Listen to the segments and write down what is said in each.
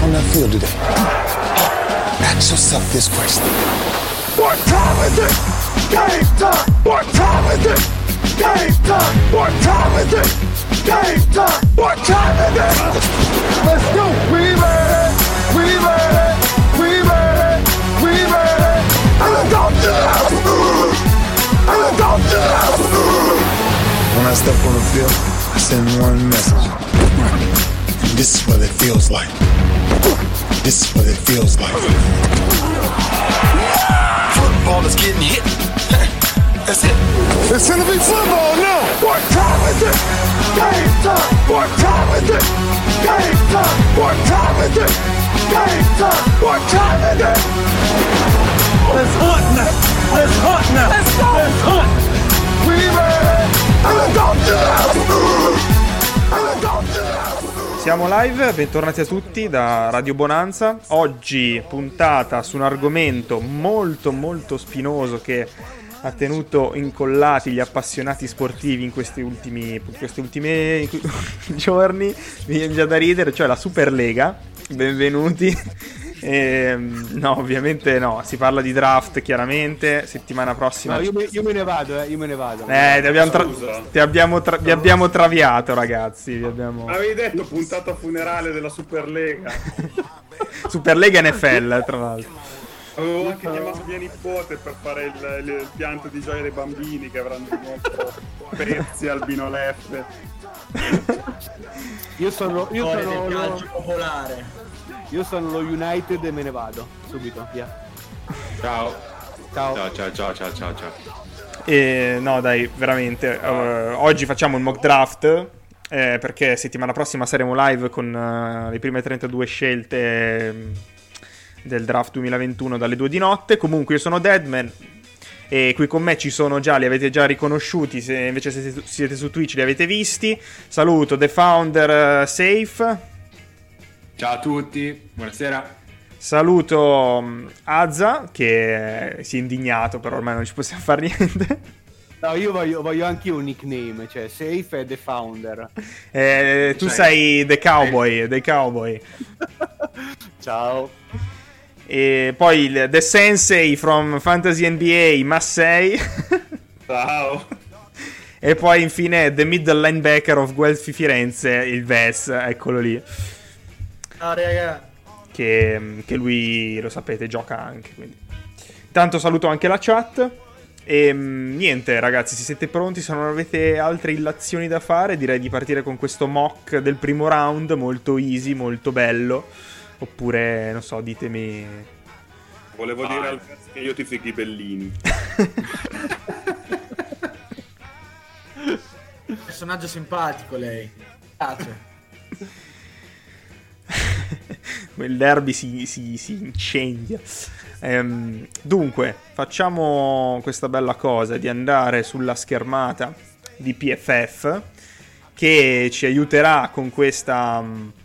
on that field today? Ask yourself this question. What time is it? Game time! What time is it? Game time! What time is it? Game time! What time is it? Let's go! We made it! We made it! We made it! We made it! And let's go to the house! And let's go to the house! When I step on the field, I send one message. This is what it feels like. This is what it feels like. Football is getting hit. That's it. It's gonna be football now. What time is it? Game time. What time is it? Game time. What time is it? Game time. What time is it? Let's hunt now. Let's hunt now. Let's go. Let's hunt. We made it. And let's go to the house. And let's go to the house. Siamo live, bentornati a tutti da Radio Bonanza. Oggi puntata su un argomento molto spinoso che ha tenuto incollati gli appassionati sportivi in questi ultimi giorni. Mi viene già da ridere, cioè la Superlega. Benvenuti. No, ovviamente no, si parla di draft chiaramente, settimana prossima. No, io me ne vado. Vi abbiamo traviato, ragazzi. Avevi detto puntata funerale della Superlega. Superlega NFL, tra l'altro. Avevo anche chiamato mia nipote per fare il pianto di gioia dei bambini che avranno di nuovo prezzi al Binoleffe. Io sono calcio popolare. Io sono lo United e me ne vado subito, via. Ciao. No, dai, veramente. Oggi facciamo un mock draft. Perché settimana prossima saremo live con le prime 32 scelte del draft 2021 dalle 2 di notte. Comunque io sono Deadman e qui con me ci sono già, li avete già riconosciuti, se invece siete su Twitch li avete visti. Saluto The Founder Safe. Ciao a tutti, buonasera. Saluto Azza che si è indignato, però ormai non ci possiamo fare niente. No, io voglio anche un nickname, cioè Safe e The Founder. Tu sei The Cowboy. Ciao. E poi The Sensei from Fantasy NBA Massey. Ciao. E poi infine The Middle Linebacker of Guelfi Firenze, il VES, eccolo lì. Ah, raga. Che lui, lo sapete, gioca anche, quindi. Intanto saluto anche la chat. E niente, ragazzi, se siete pronti, se non avete altre illazioni da fare, direi di partire con questo mock del primo round, molto easy, molto bello. Oppure, non so, ditemi. Volevo dire al cazzo che io ti i Bellini. Personaggio simpatico lei. Piace. Il derby si incendia. Dunque, facciamo questa bella cosa di andare sulla schermata di PFF che ci aiuterà con questa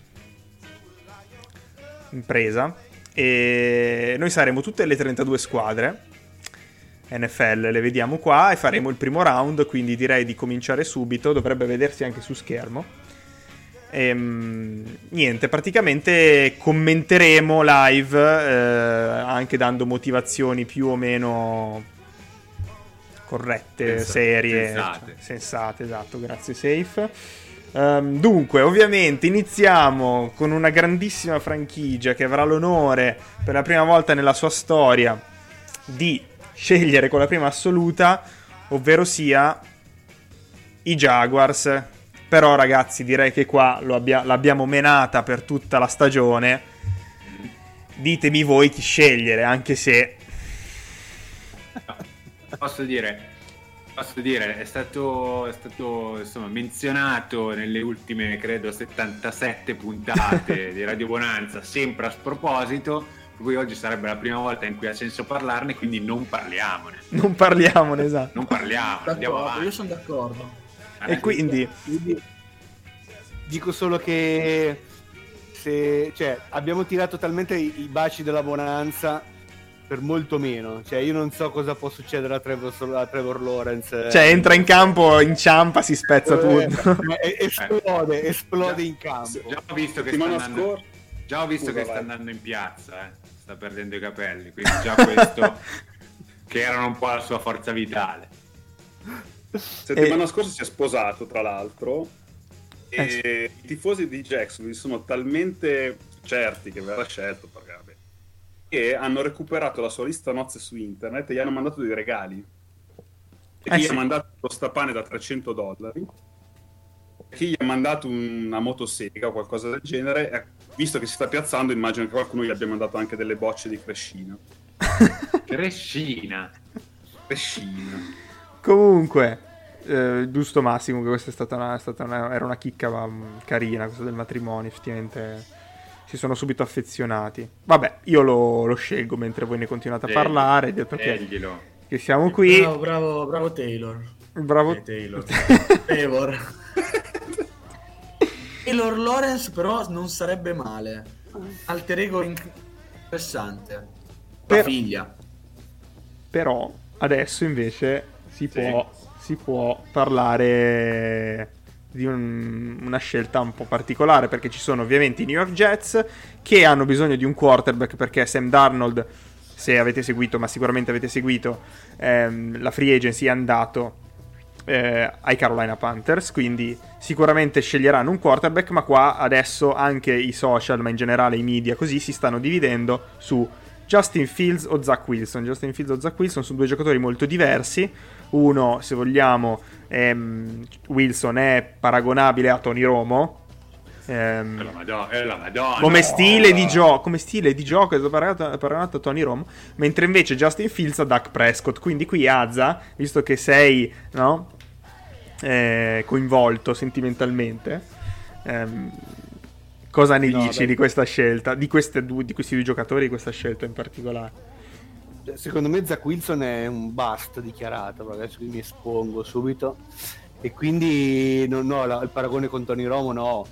impresa, e noi saremo tutte le 32 squadre NFL, le vediamo qua, e faremo il primo round, quindi direi di cominciare subito. Dovrebbe vedersi anche su schermo. Niente, praticamente commenteremo live, anche dando motivazioni più o meno corrette, serie, sensate, esatto, grazie Safe. Dunque, ovviamente iniziamo con una grandissima franchigia che avrà l'onore per la prima volta nella sua storia di scegliere con la prima assoluta, ovvero sia i Jaguars. Però ragazzi, direi che qua l'abbiamo menata per tutta la stagione. Ditemi voi chi scegliere, anche se Posso dire, è stato insomma menzionato nelle ultime, credo, 77 puntate di Radio Bonanza, sempre a sproposito, per cui oggi sarebbe la prima volta in cui ha senso parlarne, quindi non parliamone, esatto. Non parliamo, andiamo avanti. Io sono d'accordo. E quindi dico solo che abbiamo tirato talmente i baci della bonanza per molto meno. Cioè, io non so cosa può succedere a Trevor Lawrence. Cioè, entra in campo, inciampa, si spezza tutto. Esplode in campo. Già ho visto che sta andando. Già ho visto Scusa, che sta vai. andando in piazza, sta perdendo i capelli, quindi già questo che erano un po' la sua forza vitale. Settimana scorsa si è sposato, tra l'altro, e Sì. i tifosi di Jacksonville sono talmente certi che verrà scelto, perché, vabbè, che hanno recuperato la sua lista nozze su internet e gli hanno mandato dei regali. E chi gli Sì. ha mandato lo stapane da $300, e chi gli ha mandato una motosega o qualcosa del genere, e visto che si sta piazzando, immagino che qualcuno gli abbia mandato anche delle bocce di crescina. Crescina. Comunque, giusto Massimo, che questa era una chicca carina, questa del matrimonio, effettivamente si sono subito affezionati. Vabbè, io lo scelgo mentre voi ne continuate a parlare, detto Sceglilo. che siamo qui. Bravo Taylor. Bravo. Taylor. Trevor. Taylor Lawrence però non sarebbe male. Alter ego interessante. La Per- figlia. Però adesso invece si può parlare di una scelta un po' particolare, perché ci sono ovviamente i New York Jets che hanno bisogno di un quarterback, perché Sam Darnold, se avete seguito, ma sicuramente avete seguito, la free agency è andato ai Carolina Panthers, quindi sicuramente sceglieranno un quarterback, ma qua adesso anche i social, ma in generale i media così, si stanno dividendo su Justin Fields o Zach Wilson. Justin Fields o Zach Wilson sono due giocatori molto diversi. Uno, se vogliamo, Wilson è paragonabile a Tony Romo, È la Madonna. come stile di gioco è paragonato a Tony Romo, mentre invece Justin Fields a Dak Prescott. Quindi qui Azza, visto che sei, no, coinvolto sentimentalmente, cosa ne dici di questa scelta, di questi due giocatori, di questa scelta in particolare? Secondo me Zach Wilson è un bust dichiarato, adesso mi espongo subito, e quindi il paragone con Tony Romo no,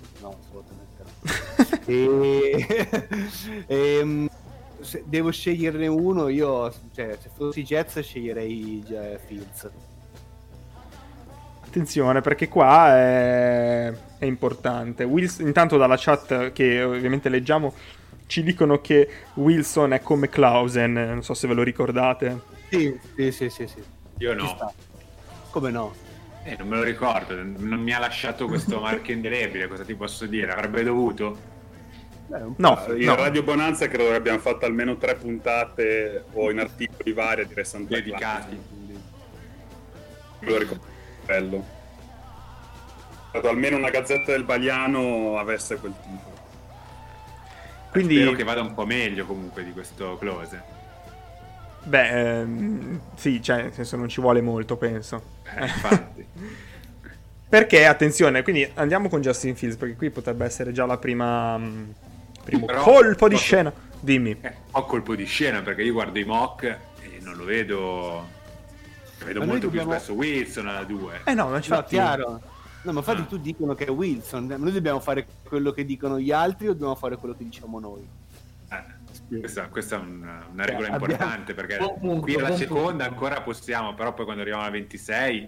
assolutamente no. Se devo sceglierne uno, io, cioè, se fossi Jets sceglierei Fields. Attenzione, perché qua è importante. Wilson, intanto dalla chat che ovviamente leggiamo, ci dicono che Wilson è come Clausen, non so se ve lo ricordate. Sì. Io Ci no. sta. Come no? Non me lo ricordo, non mi ha lasciato questo marchio indelebile, cosa ti posso dire? Avrebbe dovuto? No, In Radio Bonanza credo che abbiamo fatto almeno 3 puntate o in articoli vari a dire Santa Dedicati. Me lo ricordo, bello. Credo almeno una gazzetta del Baliano avesse quel titolo. quindi Spero che vada un po' meglio comunque di questo close. beh, sì, cioè, nel senso non ci vuole molto, penso. Infatti. Perché, attenzione, quindi andiamo con Justin Fields, perché qui potrebbe essere già primo Però- colpo di scena. Dimmi. Ho colpo di scena perché io guardo i mock e non lo vedo. Vedo Ma noi molto dobbiamo- più spesso Wilson alla 2. No, ma No, infatti... chiaro. No, ma infatti tu dicono che è Wilson. Noi dobbiamo fare quello che dicono gli altri o dobbiamo fare quello che diciamo noi? Questa è una regola abbiamo- importante perché Buon punto, qui alla buon seconda punto. ancora possiamo, però poi quando arriviamo alla 26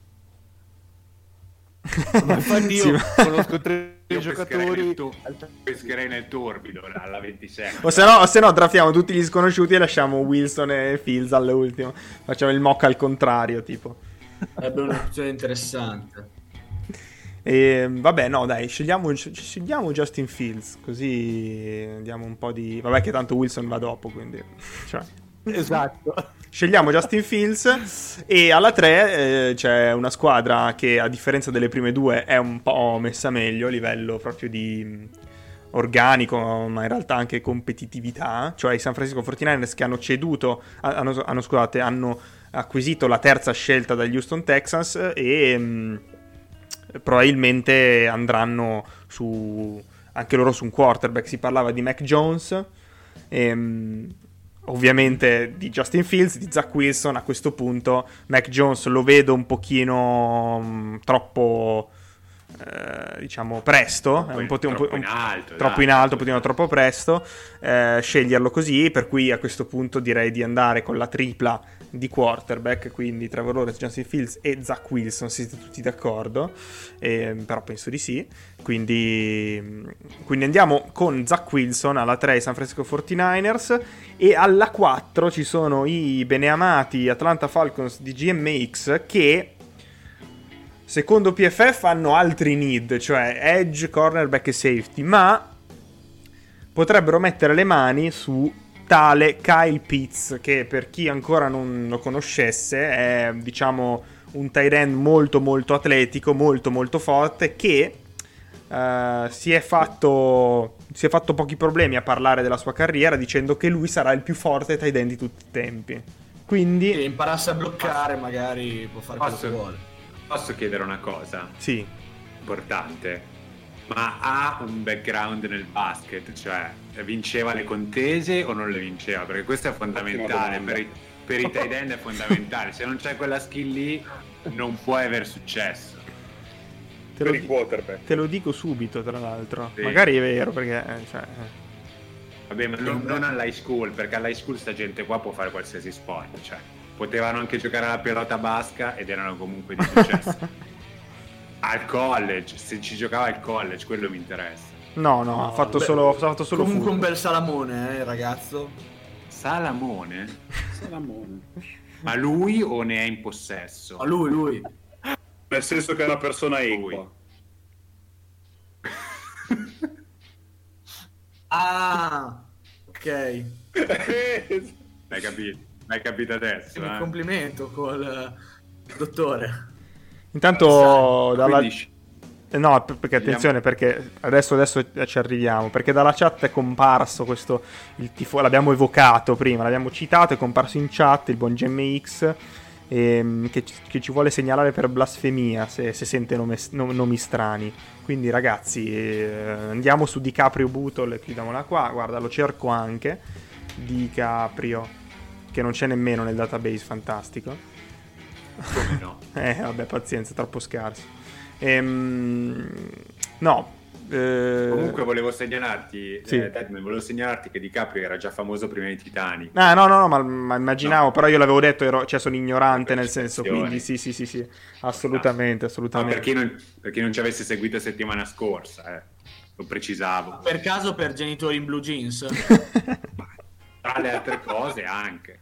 Ma infatti io Sì, ma- conosco 3 io giocatori. pescherei nel torbido alla 26. O se no draftiamo tutti gli sconosciuti e lasciamo Wilson e Fields all'ultimo. Facciamo il mock al contrario, tipo. Sarebbe un'opzione interessante. E vabbè, no, dai, scegliamo Justin Fields, così diamo un po' di... Vabbè che tanto Wilson va dopo, quindi... Cioè, Esatto. scegliamo Justin Fields e alla 3 c'è una squadra che a differenza delle prime due è un po' messa meglio a livello proprio di organico, ma in realtà anche competitività, cioè i San Francisco 49ers che hanno ceduto, hanno acquisito la terza scelta dagli Houston Texans e probabilmente andranno anche loro su un quarterback. Si parlava di Mac Jones ovviamente di Justin Fields, di Zach Wilson. A questo punto Mac Jones lo vedo un pochino troppo diciamo presto, troppo in alto, troppo in alto, un pochino troppo presto sceglierlo così, per cui a questo punto direi di andare con la tripla di quarterback, quindi Trevor Lawrence, Justin Fields e Zach Wilson. Siete tutti d'accordo? Però penso di sì. Quindi andiamo con Zach Wilson alla 3 San Francisco 49ers, e alla 4 ci sono i beneamati Atlanta Falcons di GMX, che secondo PFF hanno altri need, cioè edge, cornerback e safety, ma potrebbero mettere le mani su tale Kyle Pitts, che per chi ancora non lo conoscesse è, diciamo, un tight end molto molto atletico, molto molto forte, che si è fatto pochi problemi a parlare della sua carriera, dicendo che lui sarà il più forte tight end di tutti i tempi. Quindi se imparasse a bloccare magari può fare quello che vuole. Posso chiedere una cosa? Sì. Importante. Ma ha un background nel basket? Cioè, vinceva le contese o non le vinceva? Perché questo è fondamentale, per i tight end è fondamentale. Se non c'è quella skill lì, non puoi aver successo. Per i quarterback. Te lo dico subito, tra l'altro. Sì. Magari è vero, perché... Vabbè, ma non all'high school, perché all'high school sta gente qua può fare qualsiasi sport. Cioè, potevano anche giocare alla pelota basca ed erano comunque di successo. Al college, se ci giocava al college, quello mi interessa. No, ha fatto solo comunque football. Un bel salamone, il ragazzo. Salamone? Salamone. Ma lui o ne è in possesso? Ma lui. Nel senso che è una persona equa. Ah, ok. L'hai capito adesso, Un complimento col dottore. Intanto Quindi, no, perché attenzione, perché adesso ci arriviamo, perché dalla chat è comparso questo, il tifo, l'abbiamo evocato prima, l'abbiamo citato, è comparso in chat il buon GMX, che ci vuole segnalare per blasfemia se sente nomi strani. Quindi ragazzi, andiamo su DiCaprio Butol, chiudiamola qua, guarda, lo cerco anche, DiCaprio, che non c'è nemmeno nel database, fantastico. come no? Vabbè, pazienza, troppo scarso. No. Comunque volevo segnalarti, sì. volevo segnalarti che DiCaprio era già famoso prima dei Titani. No, ma immaginavo, no. Però io l'avevo detto, sono ignorante nel senso, quindi sì, assolutamente. No, per chi non ci avesse seguito settimana scorsa, lo precisavo. Per caso per genitori in blue jeans? Tra le altre cose anche.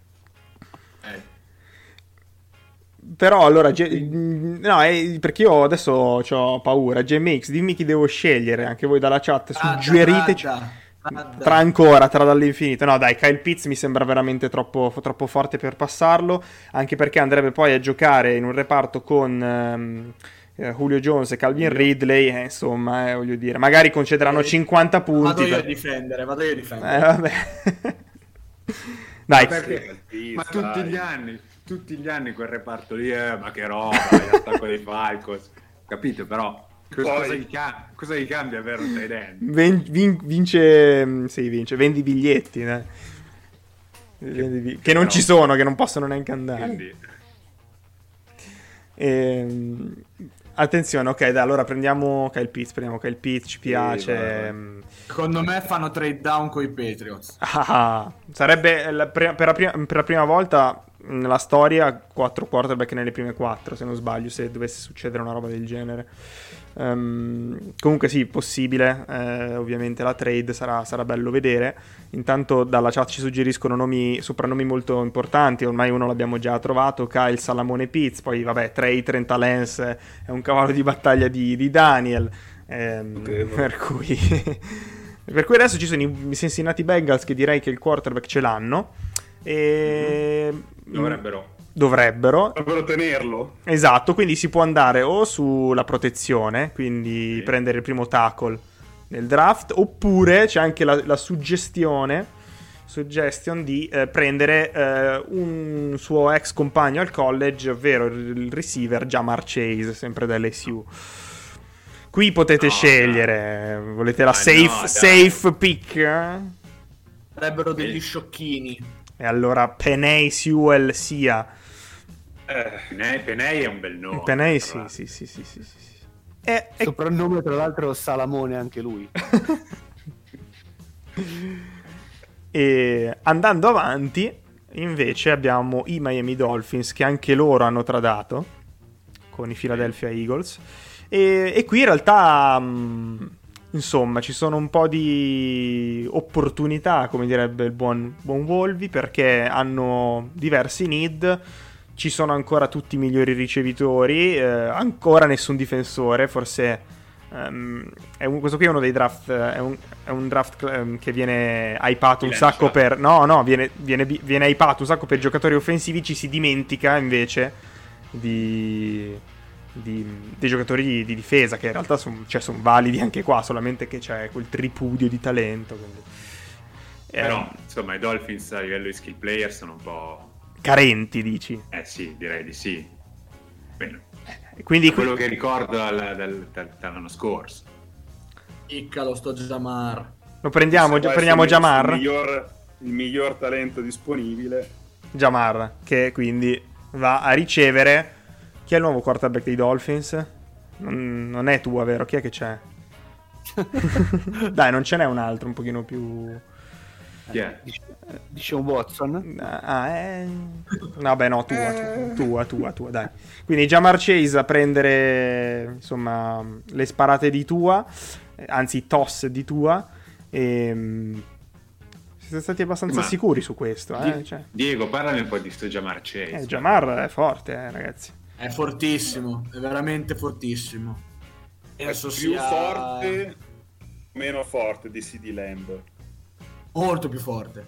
Però allora perché io adesso ho paura. GMX, dimmi chi devo scegliere, anche voi dalla chat, suggeriteci tra dall'infinito. No dai, Kyle Pitts mi sembra veramente troppo forte per passarlo, anche perché andrebbe poi a giocare in un reparto con Julio Jones e Calvin Ridley, insomma, voglio dire, magari concederanno 50 punti. Vado io a difendere. Vabbè. Dai, ma tutti gli anni quel reparto lì, ma che roba, l'attacco dei Falcons, capito? Però cosa gli cambia avere un tight end? Vince, vendi biglietti, che non ci sono, che non possono neanche andare. Attenzione, ok, dai, allora prendiamo Kyle Pitts, ci piace. Secondo me fanno trade down coi Patriots. Sarebbe per la prima volta nella storia 4 quarterback nelle prime 4, se non sbaglio, se dovesse succedere una roba del genere. Comunque sì, possibile, ovviamente la trade sarà bello vedere. Intanto dalla chat ci suggeriscono soprannomi molto importanti, ormai uno l'abbiamo già trovato, Kyle Salamone Pitts, poi vabbè, Trent Lance è un cavallo di battaglia di Daniel, per cui adesso ci sono i Cincinnati Bengals, che direi che il quarterback ce l'hanno, e dovrebbero tenerlo. Esatto, quindi si può andare o sulla protezione, quindi prendere il primo tackle nel draft, oppure c'è anche la suggestion di prendere un suo ex compagno al college, ovvero il receiver Jamar Chase, sempre da LSU. Qui potete scegliere, volete la safe pick? Sarebbero degli sciocchini. E allora Penei Sewell sia. Penei è un bel nome. Penei sì. Soprannome tra l'altro Salamone anche lui. E andando avanti, invece, abbiamo i Miami Dolphins, che anche loro hanno tradato con i Philadelphia Eagles. E qui in realtà, insomma, ci sono un po' di opportunità, come direbbe il buon Wolvi, perché hanno diversi need. Ci sono ancora tutti i migliori ricevitori, ancora nessun difensore, forse questo qui è uno dei draft, è un draft che viene hypato un sacco per... viene hypato un sacco per giocatori offensivi, ci si dimentica invece dei giocatori di difesa, che in realtà sono validi anche qua, solamente che c'è quel tripudio di talento. Quindi, però, insomma, i Dolphins a livello di skill player sono un po' carenti, dici? Sì, direi di sì. Bene. Quindi quello che ricordo dall'anno scorso. Iccalo, sto Jamar. Lo prendiamo Jamar? Il miglior talento disponibile. Jamar, che quindi va a ricevere. Chi è il nuovo quarterback dei Dolphins? Non è Tua, vero? Chi è che c'è? Dai, non ce n'è un altro un pochino più... Chi è? Dice un Watson. Vabbè, no, Tua, dai. Quindi Jamar Chase a prendere, insomma, le sparate di Tua, anzi toss di Tua, e siete stati abbastanza sicuri su questo, cioè. Diego, parlami un po' di sto Jamar Chase. Jamar è forte, ragazzi. È fortissimo, è veramente fortissimo. Penso più forte, meno forte di CD Lamb. Molto più forte,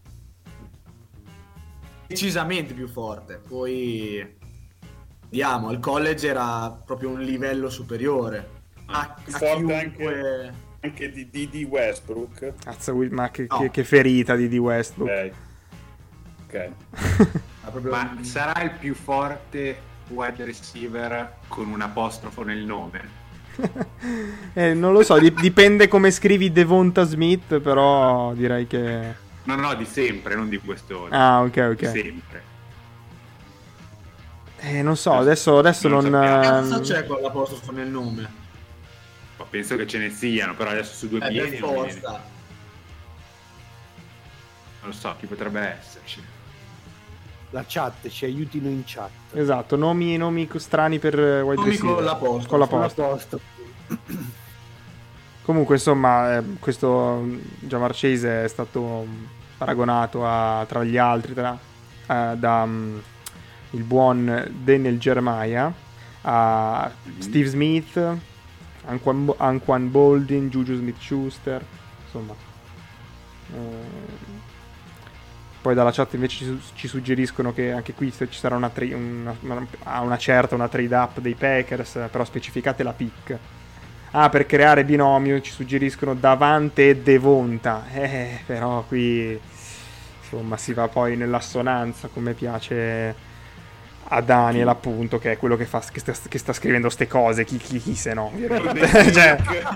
decisamente più forte. Poi vediamo, al college era proprio un livello superiore. Forte anche di Westbrook. Cazzo, ma che ferita di Westbrook. Ok. Ma sarà il più forte wide receiver con un apostrofo nel nome? Non lo so, dipende come scrivi Devonta Smith, però direi che... No, di sempre, non di questo. Ok. Di sempre. Non so, adesso non... Cazzo c'è con l'apostrofo nel nome? Ma penso che ce ne siano, però adesso su due piedi per forza. Non lo so, chi potrebbe esserci. La chat, ci aiutino in chat. Esatto, nomi strani per wide receiver. Con l'apostrofo. Comunque, insomma, questo Jamar Chase è stato paragonato tra gli altri da il buon Daniel Jeremiah a Steve Smith, Anquan Boldin, Juju Smith-Schuster, insomma. Poi dalla chat invece ci suggeriscono che anche qui ci sarà una trade up dei Packers, però specificate la pick. Per creare binomio ci suggeriscono Davante e Devonta. Però qui insomma si va poi nell'assonanza, come piace a Daniel, appunto, che è quello che sta scrivendo ste cose. Chi se no, cioè...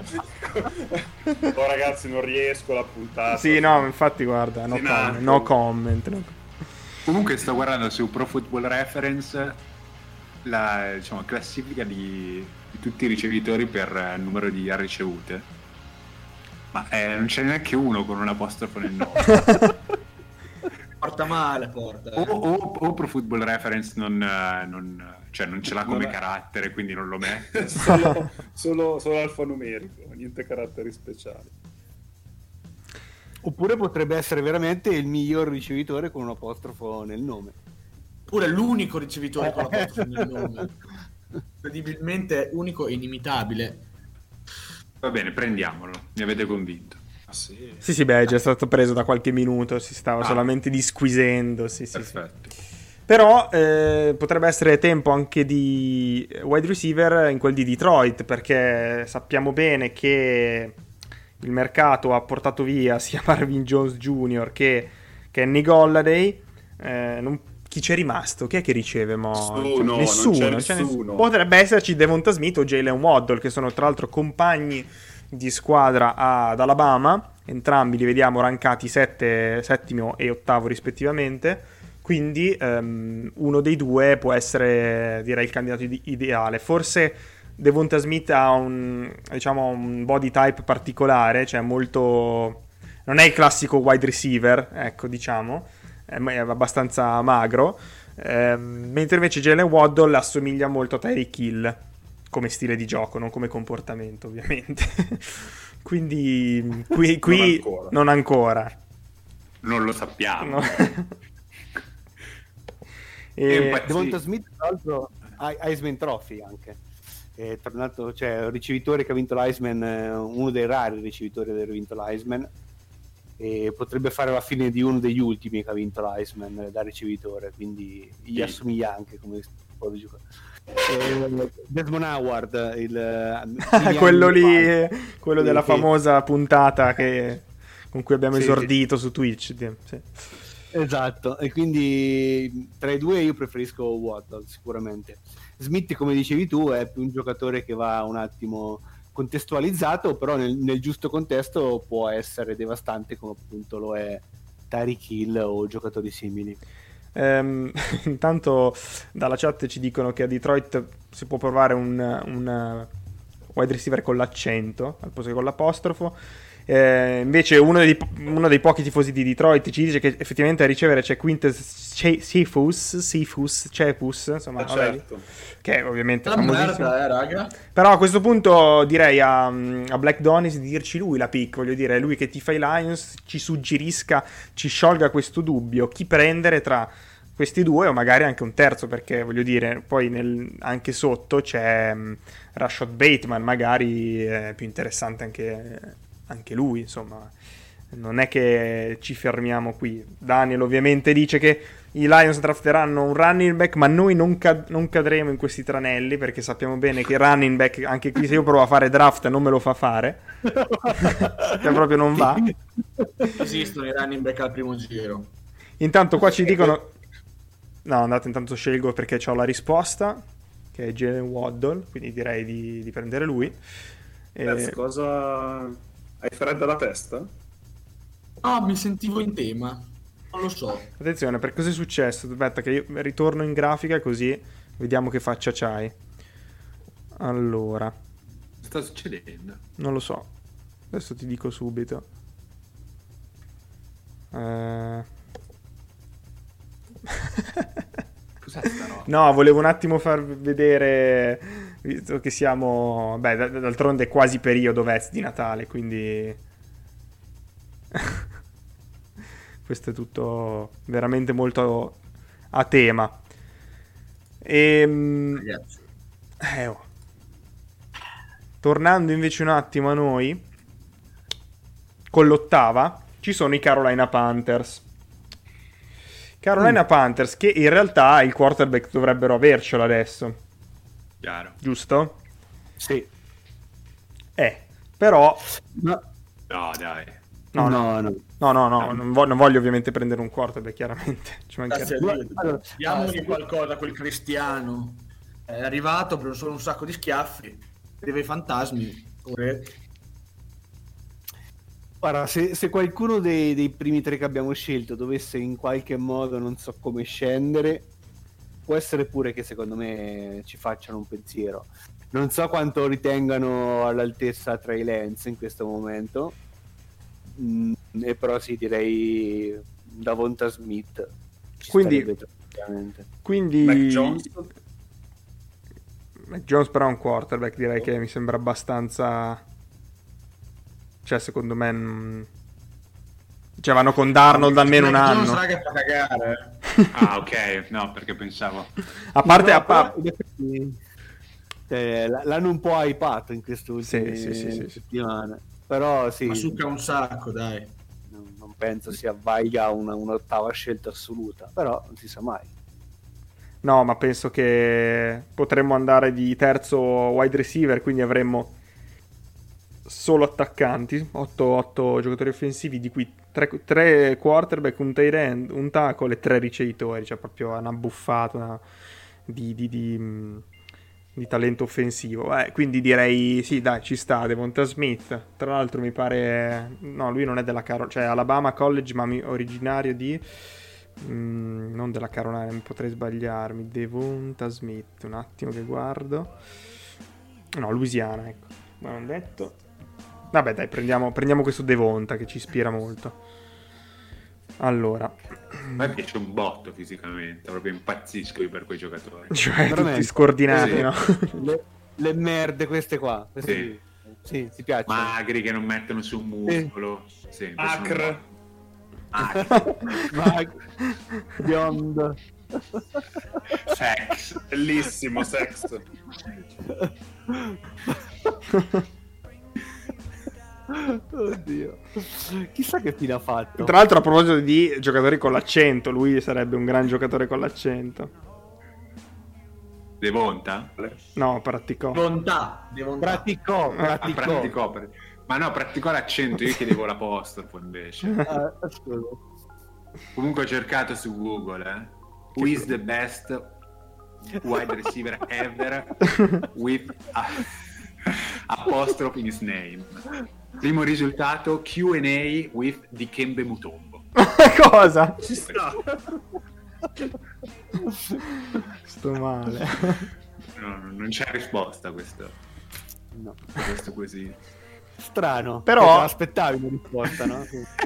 ragazzi, non riesco la puntata. Sì, no, infatti, guarda, no comment. Comunque sto guardando su Pro Football Reference la classifica di tutti i ricevitori per numero di ricevute, ma non c'è neanche uno con un apostrofo nel nome. Porta male. O Pro Football Reference non ce l'ha come carattere, quindi non lo mette. solo alfanumerico, niente caratteri speciali. Oppure potrebbe essere veramente il miglior ricevitore con un apostrofo nel nome. Oppure l'unico ricevitore con l'apostrofo nel nome. Incredibilmente unico e inimitabile. Va bene, prendiamolo, mi avete convinto. Sì, beh, è già stato preso da qualche minuto, si stava solamente disquisendo. Perfetto. Sì. Però potrebbe essere tempo anche di wide receiver in quel di Detroit, perché sappiamo bene che il mercato ha portato via sia Marvin Jones Jr. che Kenny Golladay. Chi c'è rimasto? Chi è che riceve? Nessuno. Potrebbe esserci Devonta Smith o Jalen Waddle, che sono tra l'altro compagni di squadra ad Alabama. Entrambi li vediamo rankati settimo e ottavo rispettivamente. Quindi uno dei due può essere, direi, il candidato ideale. Forse Devonta Smith ha un body type particolare, cioè molto... non è il classico wide receiver, ecco, diciamo, è abbastanza magro, mentre invece Jalen Waddle assomiglia molto a Tyreek Hill come stile di gioco, non come comportamento, ovviamente. Quindi qui non ancora. Non lo sappiamo. No. Devonta Smith, tra l'altro, ha Heisman Trophy anche. È tornato, cioè, un ricevitore che ha vinto l'Heisman, uno dei rari ricevitori ad aver vinto l'Heisman, e potrebbe fare la fine di uno degli ultimi che ha vinto l'Heisman da ricevitore, quindi gli assomiglia anche come tipo di giocatore. Desmond Howard, quello lì, quello della famosa puntata con cui abbiamo esordito su Twitch. Sì. Esatto, e quindi tra i due io preferisco Waddle sicuramente. Smith, come dicevi tu, è più un giocatore che va un attimo contestualizzato, però nel giusto contesto può essere devastante, come appunto lo è Tyreek Hill o giocatori simili. Intanto dalla chat ci dicono che a Detroit si può provare un wide receiver con l'accento al posto che con l'apostrofo. Invece uno dei pochi tifosi di Detroit ci dice che effettivamente a ricevere c'è Quintez Cephus, insomma, certo. Che ovviamente è famosissimo. Raga. Però a questo punto direi a Black Donis di dirci lui la pick, voglio dire, lui che tifa i Lions, ci suggerisca, ci sciolga questo dubbio, chi prendere tra questi due o magari anche un terzo, perché voglio dire, poi anche sotto c'è Rashad Bateman, magari è più interessante anche lui, insomma, non è che ci fermiamo qui. Daniel ovviamente dice che i Lions drafteranno un running back, ma noi non cadremo in questi tranelli, perché sappiamo bene che running back, anche qui se io provo a fare draft non me lo fa fare, che proprio non va. Esistono i running back al primo giro. Intanto qua ci dicono no, andate, intanto scelgo perché ho la risposta, che è Jalen Waddle, quindi direi di prendere lui. Cosa... Hai fredda alla testa? Mi sentivo in tema. Non lo so. Attenzione, per cosa è successo? Aspetta che io ritorno in grafica così vediamo che faccia c'hai. Allora. Cosa sta succedendo? Non lo so. Adesso ti dico subito. Cos'è sta roba? No, volevo un attimo far vedere, visto che siamo... Beh, d'altronde è quasi periodo di Natale, quindi... Questo è tutto veramente molto a tema. Tornando invece un attimo a noi, con l'ottava, ci sono i Carolina Panthers. Panthers che in realtà il quarterback dovrebbero avercelo adesso. Chiaro. Giusto? Sì. Però... No, dai. No, non voglio ovviamente prendere un quarterback, chiaramente. Ci mancherebbe. Diamogli qualcosa a quel Cristiano. È arrivato, ha preso solo un sacco di schiaffi. Deve i fantasmi. Guarda, se qualcuno dei primi tre che abbiamo scelto dovesse in qualche modo, non so come, scendere, può essere pure che secondo me ci facciano un pensiero. Non so quanto ritengano all'altezza Trey Lance in questo momento, e però sì, direi Devonta Smith. Quindi Mac Jones però è un quarterback, direi che mi sembra abbastanza... Cioè, secondo me... Cioè, vanno con Darnold almeno un anno. Jones, raga, fa cagare. Ah, ok. No, perché pensavo... A parte... l'hanno un po' hypato in queste ultime settimane. Però sì... Ma succa un sacco, dai. Non penso sia valga un'ottava scelta assoluta. Però non si sa mai. No, ma penso che potremmo andare di terzo wide receiver, quindi avremmo... solo attaccanti, 8 giocatori offensivi, di cui 3 quarterback, un tight end, un tackle e 3 ricevitori, cioè proprio una buffata di talento offensivo. Quindi direi sì, dai, ci sta Devonta Smith. Tra l'altro mi pare, no, lui non è della cioè Alabama College, ma originario di non della Carolina, potrei sbagliarmi. Devonta Smith, un attimo che guardo. No, Louisiana, ecco. Ma non detto. Vabbè, dai, prendiamo questo Devonta che ci ispira molto. Allora, A me piace un botto fisicamente, proprio impazzisco io per quei giocatori. cioè tutti Veramente? scordinati, Sì. no? Le merde queste qua. Queste sì, ti piacciono. Magri che non mettono su un muscolo. Sì, mi piacciono Acre. un botto. Vai. Beyond. Sex. Bellissimo sex. Oddio. Chissà che fine ha fatto. Tra l'altro, a proposito di giocatori con l'accento, lui sarebbe un gran giocatore con l'accento. Devonta? No, praticò. Bontà. Praticò. Praticò. Ma no, praticò l'accento, io chiedevo l'apostrofo invece. Scusa. Comunque ho cercato su Google, who is the best wide receiver ever with apostrophe in his name. Primo risultato, Q&A with Dikembe Mutombo. Cosa? Ci sta. Sto male. No, non c'è risposta a questo No. quesito. Strano. Però- Te l'aspettavi una risposta, no?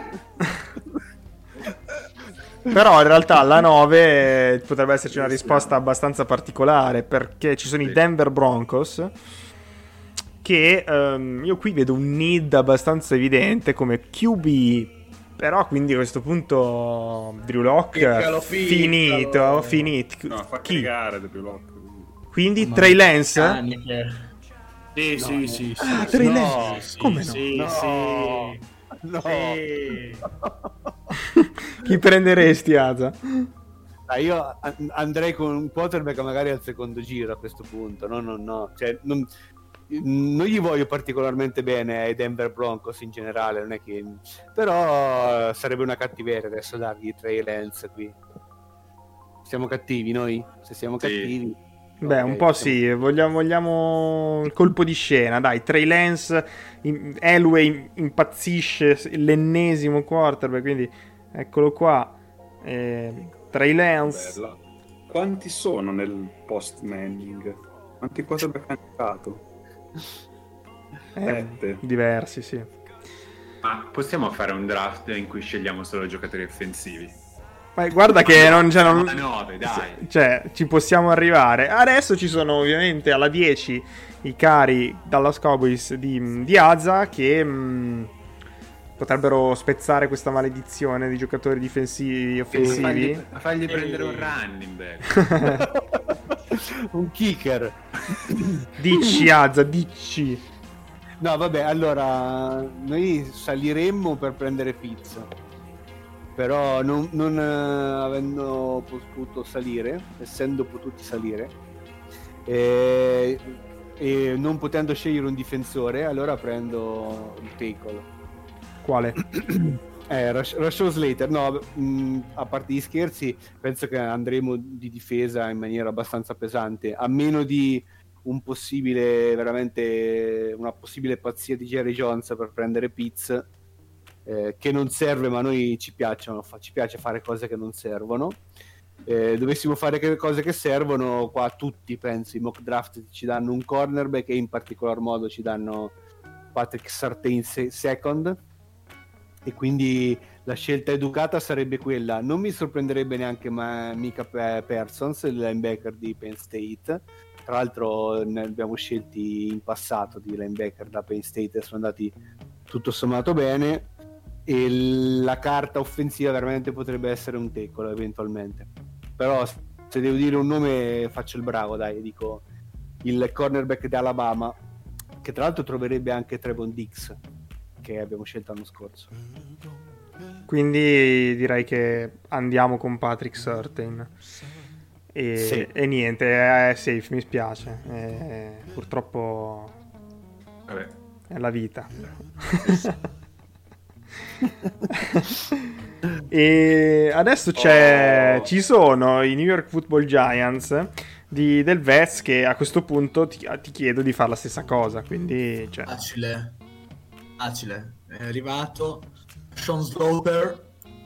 Però in realtà alla 9 potrebbe esserci una risposta abbastanza particolare, perché ci sono i Denver Broncos che io qui vedo un need abbastanza evidente come QB. Però quindi a questo punto Drew Lock Piccalo. finito. No, fa Chi? cagare The Block. Quindi Trey Lance? Sì. Trey No, Lance? Sì, Come no? Sì, No. sì. No. Sì. Chi prenderesti, Aza? Io andrei con un quarterback magari al secondo giro a questo punto. No. Cioè, non gli voglio particolarmente bene ai Denver Broncos in generale, non è che... Però sarebbe una cattiveria adesso dargli Trey Lance qui. Siamo cattivi noi? Se siamo Sì. cattivi... Beh, un po' sì, vogliamo il colpo di scena, dai, Trey Lance, Elway impazzisce, l'ennesimo quarterback, quindi eccolo qua, Trey Lance, Bella. Quanti sono nel post Manning? Quanti quarterback hanno giocato? 7. diversi, sì. Ma possiamo fare un draft in cui scegliamo solo giocatori offensivi? Ma guarda che non c'è... Siamo a 9, dai. Cioè, ci possiamo arrivare. Adesso ci sono ovviamente alla 10 i cari Dallas Cowboys di Aza che potrebbero spezzare questa maledizione di giocatori difensivi offensivi. Fagli prendere un running back. un kicker. Dici, Aza, dici. No, vabbè, allora noi saliremmo per prendere Fitz, però non avendo potuto salire, essendo potuti salire e non potendo scegliere un difensore, allora prendo il tackle. Quale? Rashawn Slater. No, a parte gli scherzi, penso che andremo di difesa in maniera abbastanza pesante, a meno di una possibile pazzia di Jerry Jones per prendere Pitts, che non serve, ma a noi ci piace fare cose che non servono. Dovessimo fare cose che servono, qua tutti penso i mock draft ci danno un cornerback e in particolar modo ci danno Patrick Surtain second, e quindi la scelta educata sarebbe quella. Non mi sorprenderebbe neanche Micah Parsons, il linebacker di Penn State. Tra l'altro ne abbiamo scelti in passato di linebacker da Penn State e sono andati tutto sommato bene, e la carta offensiva veramente potrebbe essere un tackle eventualmente. Però se devo dire un nome faccio il bravo, dai, dico il cornerback di Alabama, che tra l'altro troverebbe anche Trevon Diggs, che abbiamo scelto l'anno scorso. Quindi direi che andiamo con Patrick Surtain. Sì. E niente, è safe, mi spiace. Purtroppo Vabbè. è la vita. E adesso ci sono i New York Football Giants del Vets, che a questo punto ti chiedo di fare la stessa cosa. Quindi, cioè... Facile. È arrivato Sean Slaughter,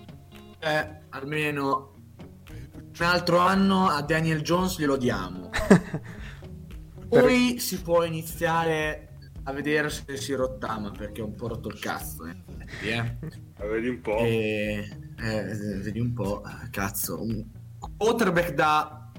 almeno un altro anno a Daniel Jones glielo diamo. Poi si può iniziare a vedere se si rottama, perché ho un po' rotto il cazzo. Vedi un po'. Vedi un po', cazzo. Un quarterback da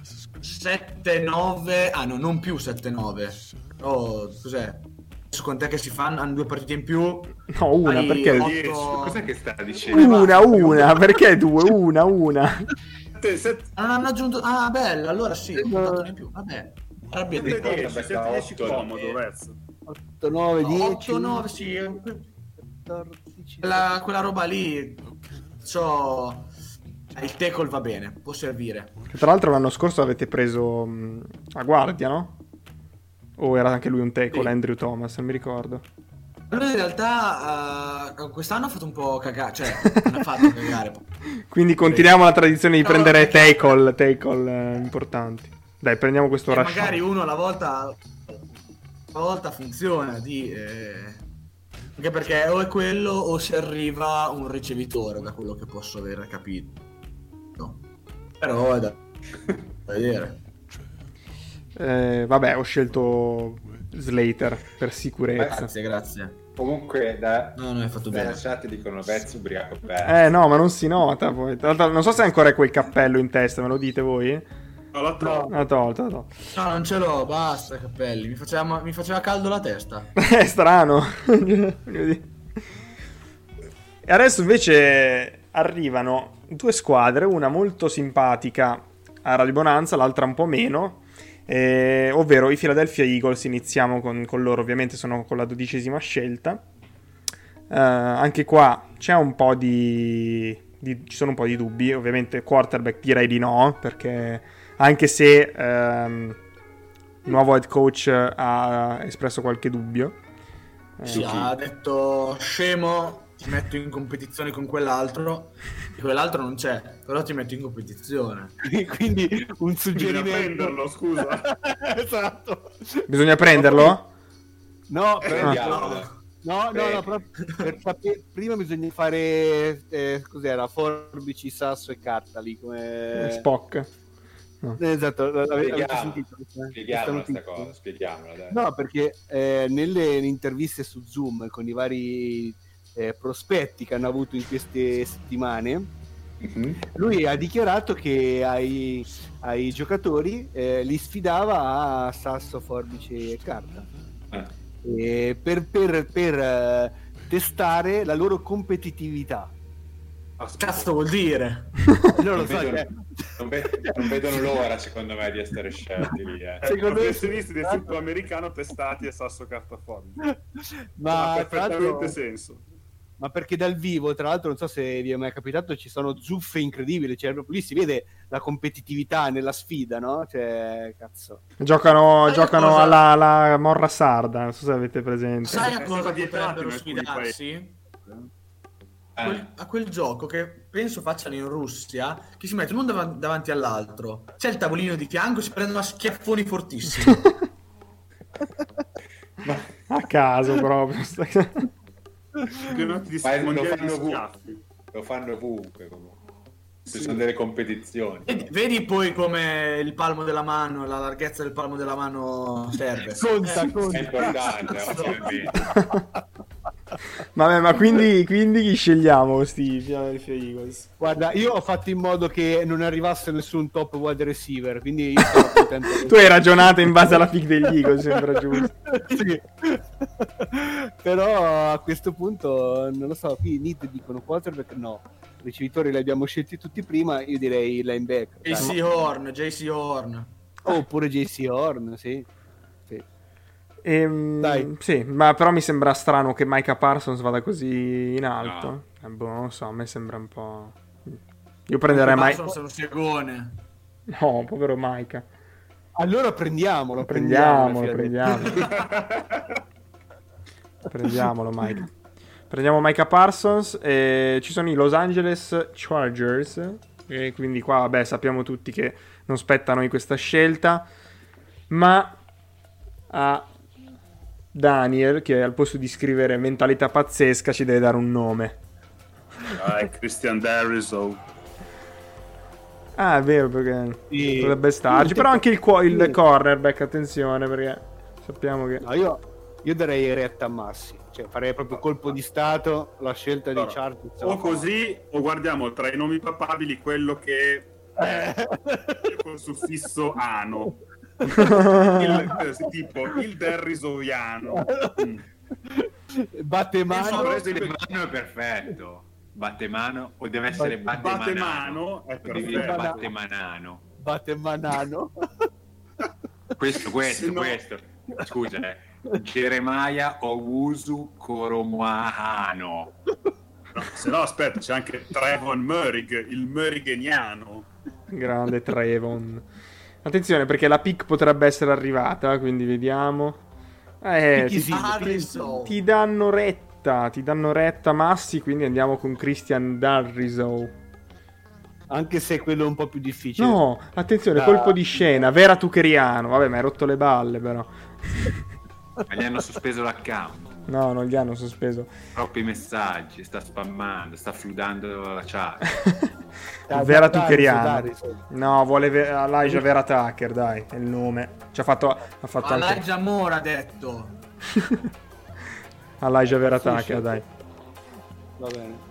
7-9, no, non più 7-9. Oh, cos'è? Adesso con te che si fanno, hanno 2 partite in più. No, una, perché? 8... Cos'è che sta dicendo? Una, perché 2? Una. Non hanno aggiunto... Ah, bella, allora sì, un dato in più. Vabbè, arrabbiati. 7-10 comodo, Rez. 8-9, 10. 8-9, sì. 14. Quella roba lì, il tackle va bene, può servire. Che tra l'altro l'anno scorso avete preso a guardia, no? O era anche lui un tackle, Sì. Andrew Thomas, non mi ricordo. Lui in realtà quest'anno ha fatto un po' cagare, cioè non ha fatto cagare. Quindi continuiamo la tradizione di No, prendere perché- tackle importanti. Dai, prendiamo questo rush. Magari uno alla volta funziona anche perché o è quello o si arriva un ricevitore, da quello che posso aver capito. No. Però è da vedere. Vabbè, ho scelto Slater per sicurezza. Grazie. Comunque No, hai fatto dalla bene. chat dicono Vez ubriaco per. No, ma non si nota poi. Tra l'altro, non so se ancora hai quel cappello in testa, me lo dite voi? No, l'ho trovato. L'ho tolto. No, non ce l'ho, basta capelli. Mi faceva caldo la testa. È strano. Voglio dire. E adesso invece arrivano 2 squadre, una molto simpatica a Radio Bonanza, l'altra un po' meno, ovvero i Philadelphia Eagles. Iniziamo con loro, ovviamente sono con la 12ª scelta. Anche qua c'è un po' ci sono un po' di dubbi, ovviamente quarterback direi di no, perché anche se il nuovo head coach ha espresso qualche dubbio. Sì, ha detto scemo, ti metto in competizione con quell'altro, e quell'altro non c'è, però ti metto in competizione. Quindi un Bisogna suggerimento. prenderlo, scusa. Esatto. Bisogna prenderlo? No, Prendiamolo. No, proprio per sapere, prima bisogna fare cos'era, forbici, sasso e carta lì come Spock. No. esatto, avete Spieghiamo. sentito questa Spieghiamola notizia? sta cosa, spieghiamola dai. No, perché nelle interviste su Zoom con i vari prospetti che hanno avuto in queste settimane, Mhm. lui ha dichiarato che ai giocatori li sfidava a sasso, forbice e carta. Per testare la loro competitività. Cazzo vuol dire? Non lo so, Non vedono l'ora secondo me di essere scelti lì. Secondo me Professionisti del football americano testati a sasso carta forbice. ma Ha tra l'altro, perfettamente senso. ma perché dal vivo, tra l'altro, non so se vi è mai capitato, ci sono zuffe incredibili, cioè proprio lì si vede la competitività nella sfida, no? Cioè, cazzo. Giocano cosa? alla morra sarda, non so se avete presente. Sai a È cosa stato vietato potrebbero in alcuni sfidarsi? A quel gioco che penso facciano in Russia, che si mettono uno davanti all'altro, c'è il tavolino di fianco e si prendono a schiaffoni fortissimi. A caso proprio. Campionati di Ma mondiali di lo fanno schiaffi. Lo fanno ovunque comunque. Ci sono delle competizioni. Vedi poi come il palmo della mano, la larghezza del palmo della mano serve. Conta. È importante, ovviamente. Vabbè, ma quindi chi scegliamo questi Philadelphia Eagles? Guarda, io ho fatto in modo che non arrivasse nessun top wide receiver, quindi io sono contento. Tu hai ragionato in base alla pick degli Eagles, sembra giusto. Sì. Però a questo punto non lo so, qui Nid dicono quarterback no, ricevitori li abbiamo scelti tutti prima, io direi linebacker. JC Horn. Oppure JC Horn, sì. Dai. Sì, ma però mi sembra strano che Micah Parsons vada così in alto. Boh, non lo so, a me sembra un po'... Io prenderei Parsons è un segone. No, povero Micah. Allora prendiamolo. Prendiamolo Micah. Prendiamo Micah Parsons. Ci sono i Los Angeles Chargers, e quindi qua vabbè sappiamo tutti che non spetta a noi questa scelta, ma a Daniel, che al posto di scrivere mentalità pazzesca ci deve dare un nome. Christian Darius. Ah, è vero, perché Sì. potrebbe starci. Però anche il cornerback, attenzione, perché sappiamo che... No, io darei retta a Massi, cioè farei proprio colpo di stato la scelta dei Allora, Chargers. o così, o guardiamo tra i nomi papabili quello che col suffisso ano. Tipo il Derrisoviano. Battemano. Battemano è perfetto. Battemano o deve essere Battemano è devi dire perfetto. Battemanano. Battemanano. Questo. Scusa, Jeremiah Owusu Koromoahano. No, se no, aspetta, c'è anche Trevon Murrig, il Murrigheniano. Grande Trevon. Attenzione, perché la pick potrebbe essere arrivata, quindi vediamo. Ti danno retta Massi, quindi andiamo con Christian Darrisaw. Anche se quello è un po' più difficile. No, attenzione, colpo di scena, Vera Tucheriano. Vabbè, mi hai rotto le balle, però. Ma gli hanno sospeso l'account. No, non gli hanno sospeso. Troppi messaggi, sta spammando, sta fludando la chat. Vera Tucheriano. No, vuole Elijah Vera Tucker, dai, è il nome. Ha fatto anche Elijah Moore ha detto. Elijah Vera Tucker, dai. Va bene.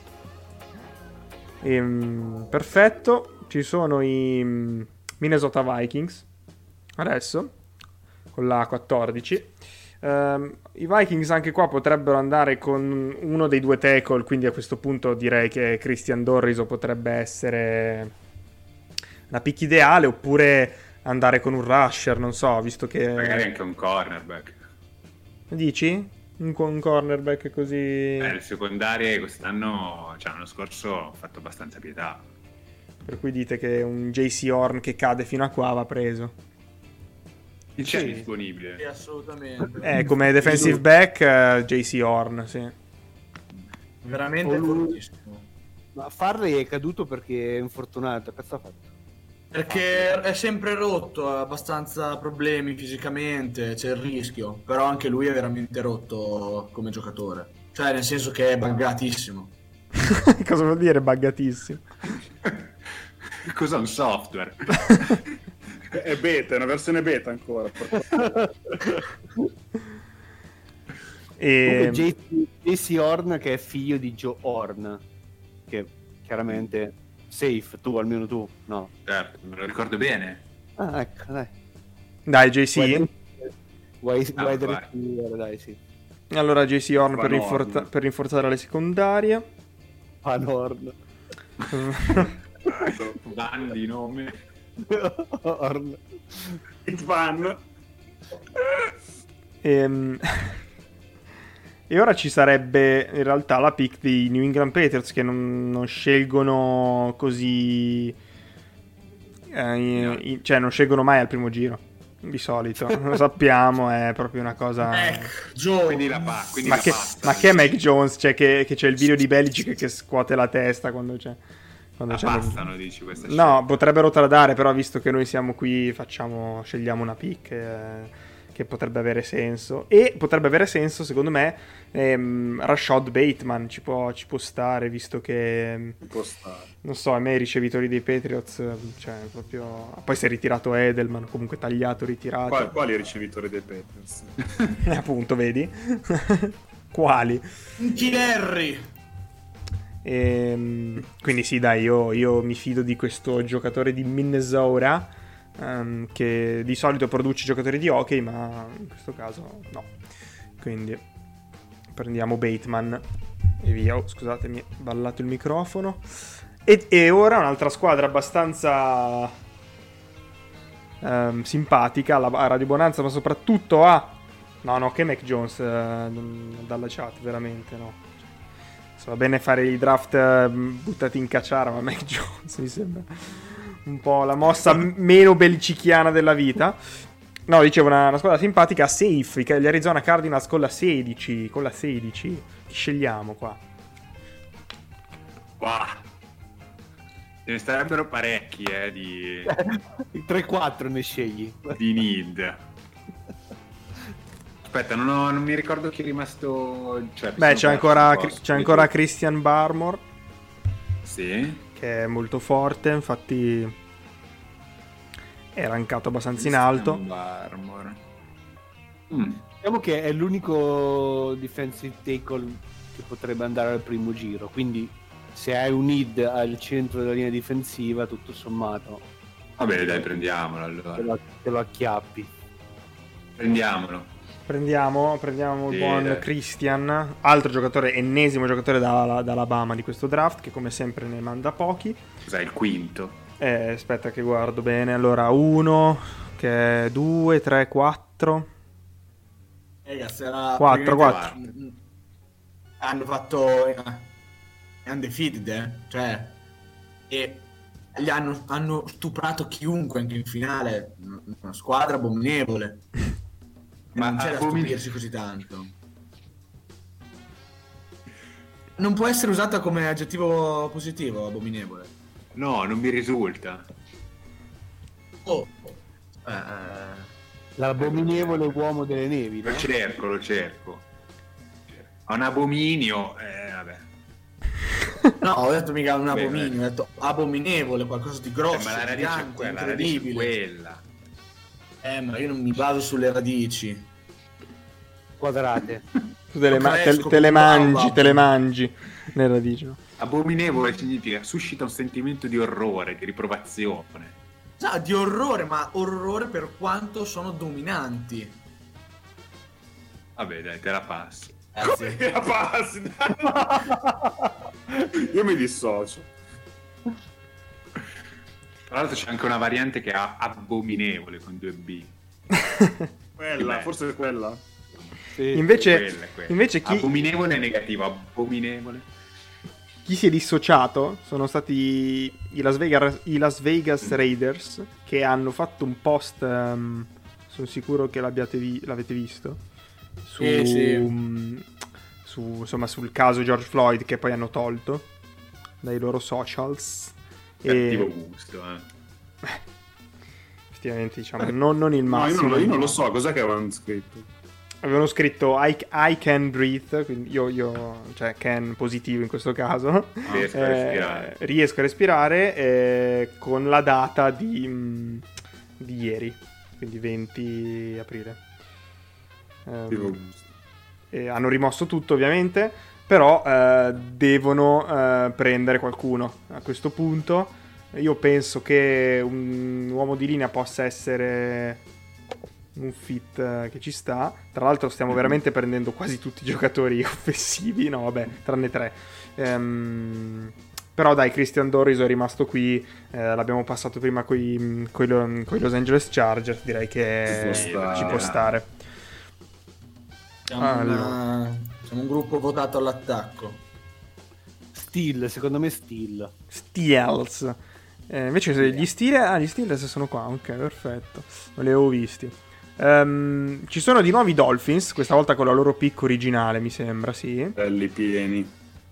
Perfetto, ci sono i Minnesota Vikings adesso con la 14. I Vikings anche qua potrebbero andare con uno dei due tackle, quindi a questo punto direi che Christian Dorriso potrebbe essere la pick ideale, oppure andare con un rusher, non so, visto che... Magari anche un cornerback. Dici? Un cornerback così... Le secondarie quest'anno, cioè l'anno scorso, ho fatto abbastanza pietà. Per cui dite che un JC Horn che cade fino a qua va preso. C'è disponibile. Sì, assolutamente. Come defensive back JC Horn, sì. Veramente fortissimo. Ma Farley è caduto perché è infortunato, cazzo ha fatto? Perché è sempre rotto, ha abbastanza problemi fisicamente, c'è il rischio. Però anche lui è veramente rotto come giocatore. Cioè, nel senso che è buggatissimo. Cosa vuol dire buggatissimo? Cos'è un software? È beta, è una versione beta ancora. JC Horn, che è figlio di Joe Horn, che chiaramente safe, almeno tu, no? Certo, me lo ricordo bene. Ah, ecco, dai. Dai, JC? Dai, sì. Allora JC Horn Van per rinforzare le secondarie. Van Horn. Van di nome. Horn. Van. E ora ci sarebbe in realtà la pick di New England Patriots, che non scelgono così, cioè non scelgono mai al primo giro di solito, lo sappiamo, è proprio una cosa. Quindi Ma che è Mac Jones, cioè che c'è il video di Belichick che scuote la testa quando c'è. Bastano, dici, questa No, scelta. potrebbero tradare, però visto che noi siamo qui scegliamo una pick che potrebbe avere senso. E potrebbe avere senso, secondo me, Rashad Bateman ci può stare, visto che non so, a me i ricevitori dei Patriots, cioè proprio... Poi si è ritirato Edelman, comunque tagliato, ritirato. Quali ricevitori dei Patriots? Appunto, vedi? Quali? Henry. Quindi sì, dai, io mi fido di questo giocatore di Minnesota, che di solito produce giocatori di hockey, ma in questo caso no. Quindi prendiamo Bateman e via. Oh, scusatemi, è ballato il microfono. E ora un'altra squadra abbastanza simpatica a Radio Bonanza, ma soprattutto no, che Mac Jones dalla chat, veramente no. Va bene fare i draft buttati in cacciara, ma Mac Jones mi sembra un po' la mossa meno belicichiana della vita. No, dicevo, una squadra simpatica, safe, gli Arizona Cardinals con la 16. Chi scegliamo qua? Wow. Ce ne starebbero parecchi, di 3-4 ne scegli. di need. Aspetta, non mi ricordo chi è rimasto. Cioè, Beh, c'è ancora Christian Barmore. Sì. Che che è molto forte, infatti è rankato abbastanza in alto. Diciamo che è l'unico defensive tackle che potrebbe andare al primo giro, quindi se hai un need al centro della linea difensiva, tutto sommato Vabbè, dai, prendiamolo allora. te lo acchiappi. Prendiamolo. Prendiamo il Sì, buon dai. Christian, altro giocatore, ennesimo giocatore dall'Alabama di questo draft, che come sempre ne manda pochi. Cos'è il quinto? Aspetta che guardo bene. Allora, 1, che è 2, 3, 4. Ragazzi, era 4. hanno fatto undefeated, cioè, e hanno stuprato chiunque anche in finale, una squadra abominevole. Ma non c'è da stupirsi così tanto. Non può essere usata come aggettivo positivo, abominevole. No, non mi risulta. Oh. L'abominevole uomo delle nevi, no? Lo cerco. Ha un abominio, vabbè. No, ho detto mica un abominio, Beh. ho detto abominevole, qualcosa di grosso, Ma la radice è gigante, quella, la radice è incredibile. quella. Ma io non mi baso sulle radici. Quadrate. Tu te le Cresco te le come mangi, brava. te le mangi. Ne radici, no? Abominevole significa suscita un sentimento di orrore, di riprovazione. Sa, di orrore, ma orrore per quanto sono dominanti. Vabbè, dai, te la passo. Grazie. La passi, dai. Io mi dissocio. Tra l'altro c'è anche una variante che ha abominevole con 2B. Quella, forse è quella. Sì. Invece Quella. invece chi, Abominevole è negativo, abominevole. chi si è dissociato sono stati i Las Vegas Raiders, che hanno fatto un post, sono sicuro che l'avete visto, Sì. insomma, sul caso George Floyd, che poi hanno tolto dai loro socials. Cattivo gusto, Effettivamente, diciamo, non il No, massimo. io non lo so, cos'è che avevano scritto? Avevano scritto I can breathe, quindi io cioè can positivo in questo caso. Riesco a respirare. Riesco a respirare, con la data di ieri, quindi 20 aprile. Cattivo gusto. Hanno rimosso tutto, ovviamente, però devono prendere qualcuno a questo punto. Io penso che un uomo di linea possa essere un fit che ci sta. Tra l'altro stiamo veramente prendendo quasi tutti i giocatori offensivi, no vabbè, tranne 3. Però dai, Christian Dorris è rimasto qui, l'abbiamo passato prima con i Los Angeles Chargers, direi che ci può stare. Siamo un gruppo votato all'attacco. Secondo me Steels. Invece gli Steelers sono qua, ok, perfetto, non li avevo visti. Ci sono di nuovo i Dolphins, questa volta con la loro pick originale, mi sembra, sì. Belli pieni.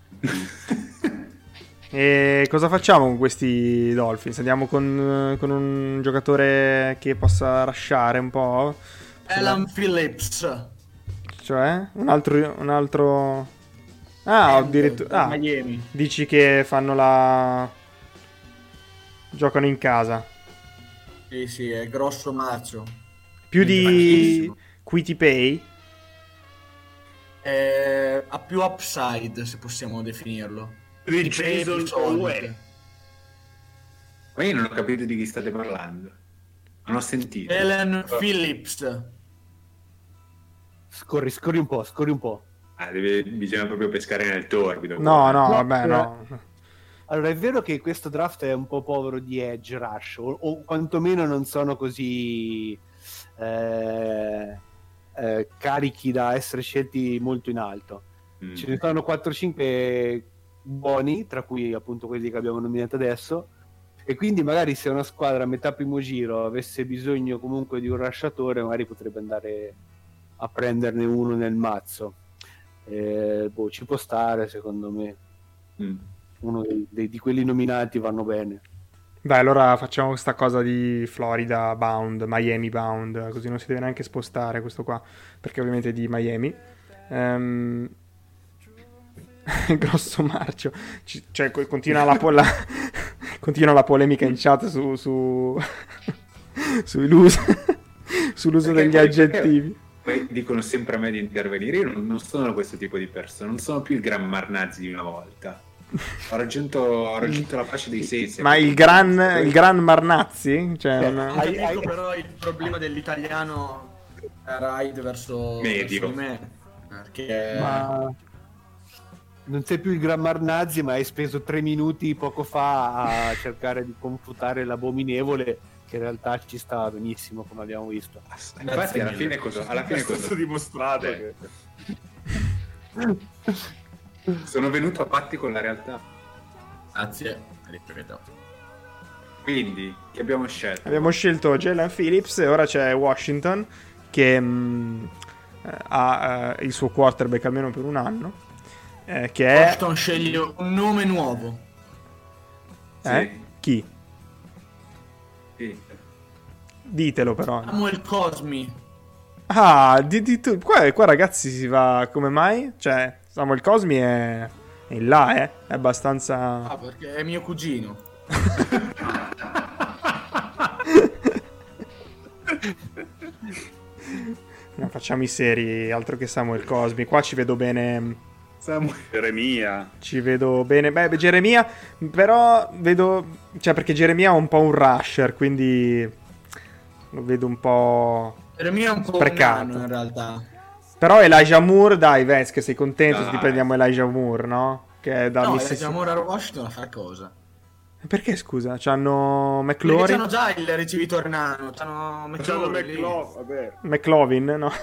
E cosa facciamo con questi Dolphins? Andiamo con un giocatore che possa rushare un po'? Alan Phillips. Cioè? Un altro... Ah, addirittura... Ah, Miami. dici che fanno giocano in casa. Sì, è grosso marcio. Più di Bravissimo. Quity Pay? Ha più upside, se possiamo definirlo. Di Dipende Jason dai soldi. Owe. Ma io non ho capito di chi state parlando. Non ho sentito. Alan Phillips. Scorri un po'. Bisogna proprio pescare nel torbido. No, vabbè, no. Allora, è vero che questo draft è un po' povero di edge rush, o quantomeno non sono così carichi da essere scelti molto in alto. Ce ne sono 4-5 buoni, tra cui appunto quelli che abbiamo nominato adesso, e quindi magari se una squadra a metà primo giro avesse bisogno comunque di un rushatore, magari potrebbe andare a prenderne uno nel mazzo. Ci può stare, secondo me. Uno di quelli nominati vanno bene. Dai, allora facciamo questa cosa di Florida bound, Miami bound, così non si deve neanche spostare questo qua, perché ovviamente è di Miami. Grosso marcio. Cioè, continua la Continua la polemica in chat sull'uso degli aggettivi. Poi dicono sempre a me di intervenire. Io non sono questo tipo di persona, non sono più il gran Marnazzi di una volta. Ho raggiunto la pace dei sensi. Ma il gran Marnazzi? Cioè, Ecco però il problema dell'italiano ride verso medio. di me. Perché Ma non sei più il gran Marnazzi, ma hai speso 3 minuti poco fa a cercare di confutare l'abominevole, che in realtà ci stava benissimo, come abbiamo visto. Infatti alla fine cosa dimostrato che... Sono venuto a patti con la realtà. Grazie, ripeto. Quindi, che abbiamo scelto? Abbiamo scelto Jalen Phillips e ora c'è Washington che ha il suo quarterback almeno per un anno, che è... Washington sceglie un nome nuovo. Sì. Chi? Sì. Ditelo però. Samuel Cosmi. Ah, di tu. Qua ragazzi si va... Come mai? Cioè, Samuel Cosmi è in là, è abbastanza... Ah, perché è mio cugino. No, facciamo i seri, altro che Samuel Cosmi. Qua ci vedo bene... Geremia. Ci vedo bene. Beh, Geremia, però vedo... Cioè, perché Geremia è un po' un rusher, quindi... Lo vedo un po'... Geremia è un po' sprecato. un nano, in realtà. Però Elijah Moore, dai, Vez, che sei contento se ti Dai. prendiamo Elijah Moore, no? Che è da No, Mississippi. siamo ora a Washington a fare cosa? Perché, scusa? C'hanno Perché McLaurin? c'hanno già il ricevitore nano. C'hanno Facciamo McLaurin lì. vabbè. McLovin, no?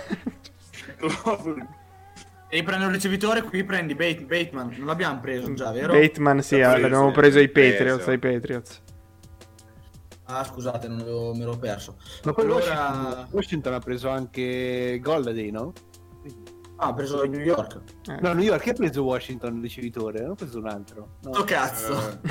Devi prendere un ricevitore, qui prendi Bateman. Non l'abbiamo preso già, vero? Bateman, sì, L'ha preso, l'abbiamo sì, preso ai preso. Patriots. Ah, scusate, me l'ero perso. Ma poi Allora... Washington ha preso anche Golladay, no? Ah, ha preso New York. No, New York ha preso Washington il ricevitore, non ha preso un altro. No. Oh cazzo.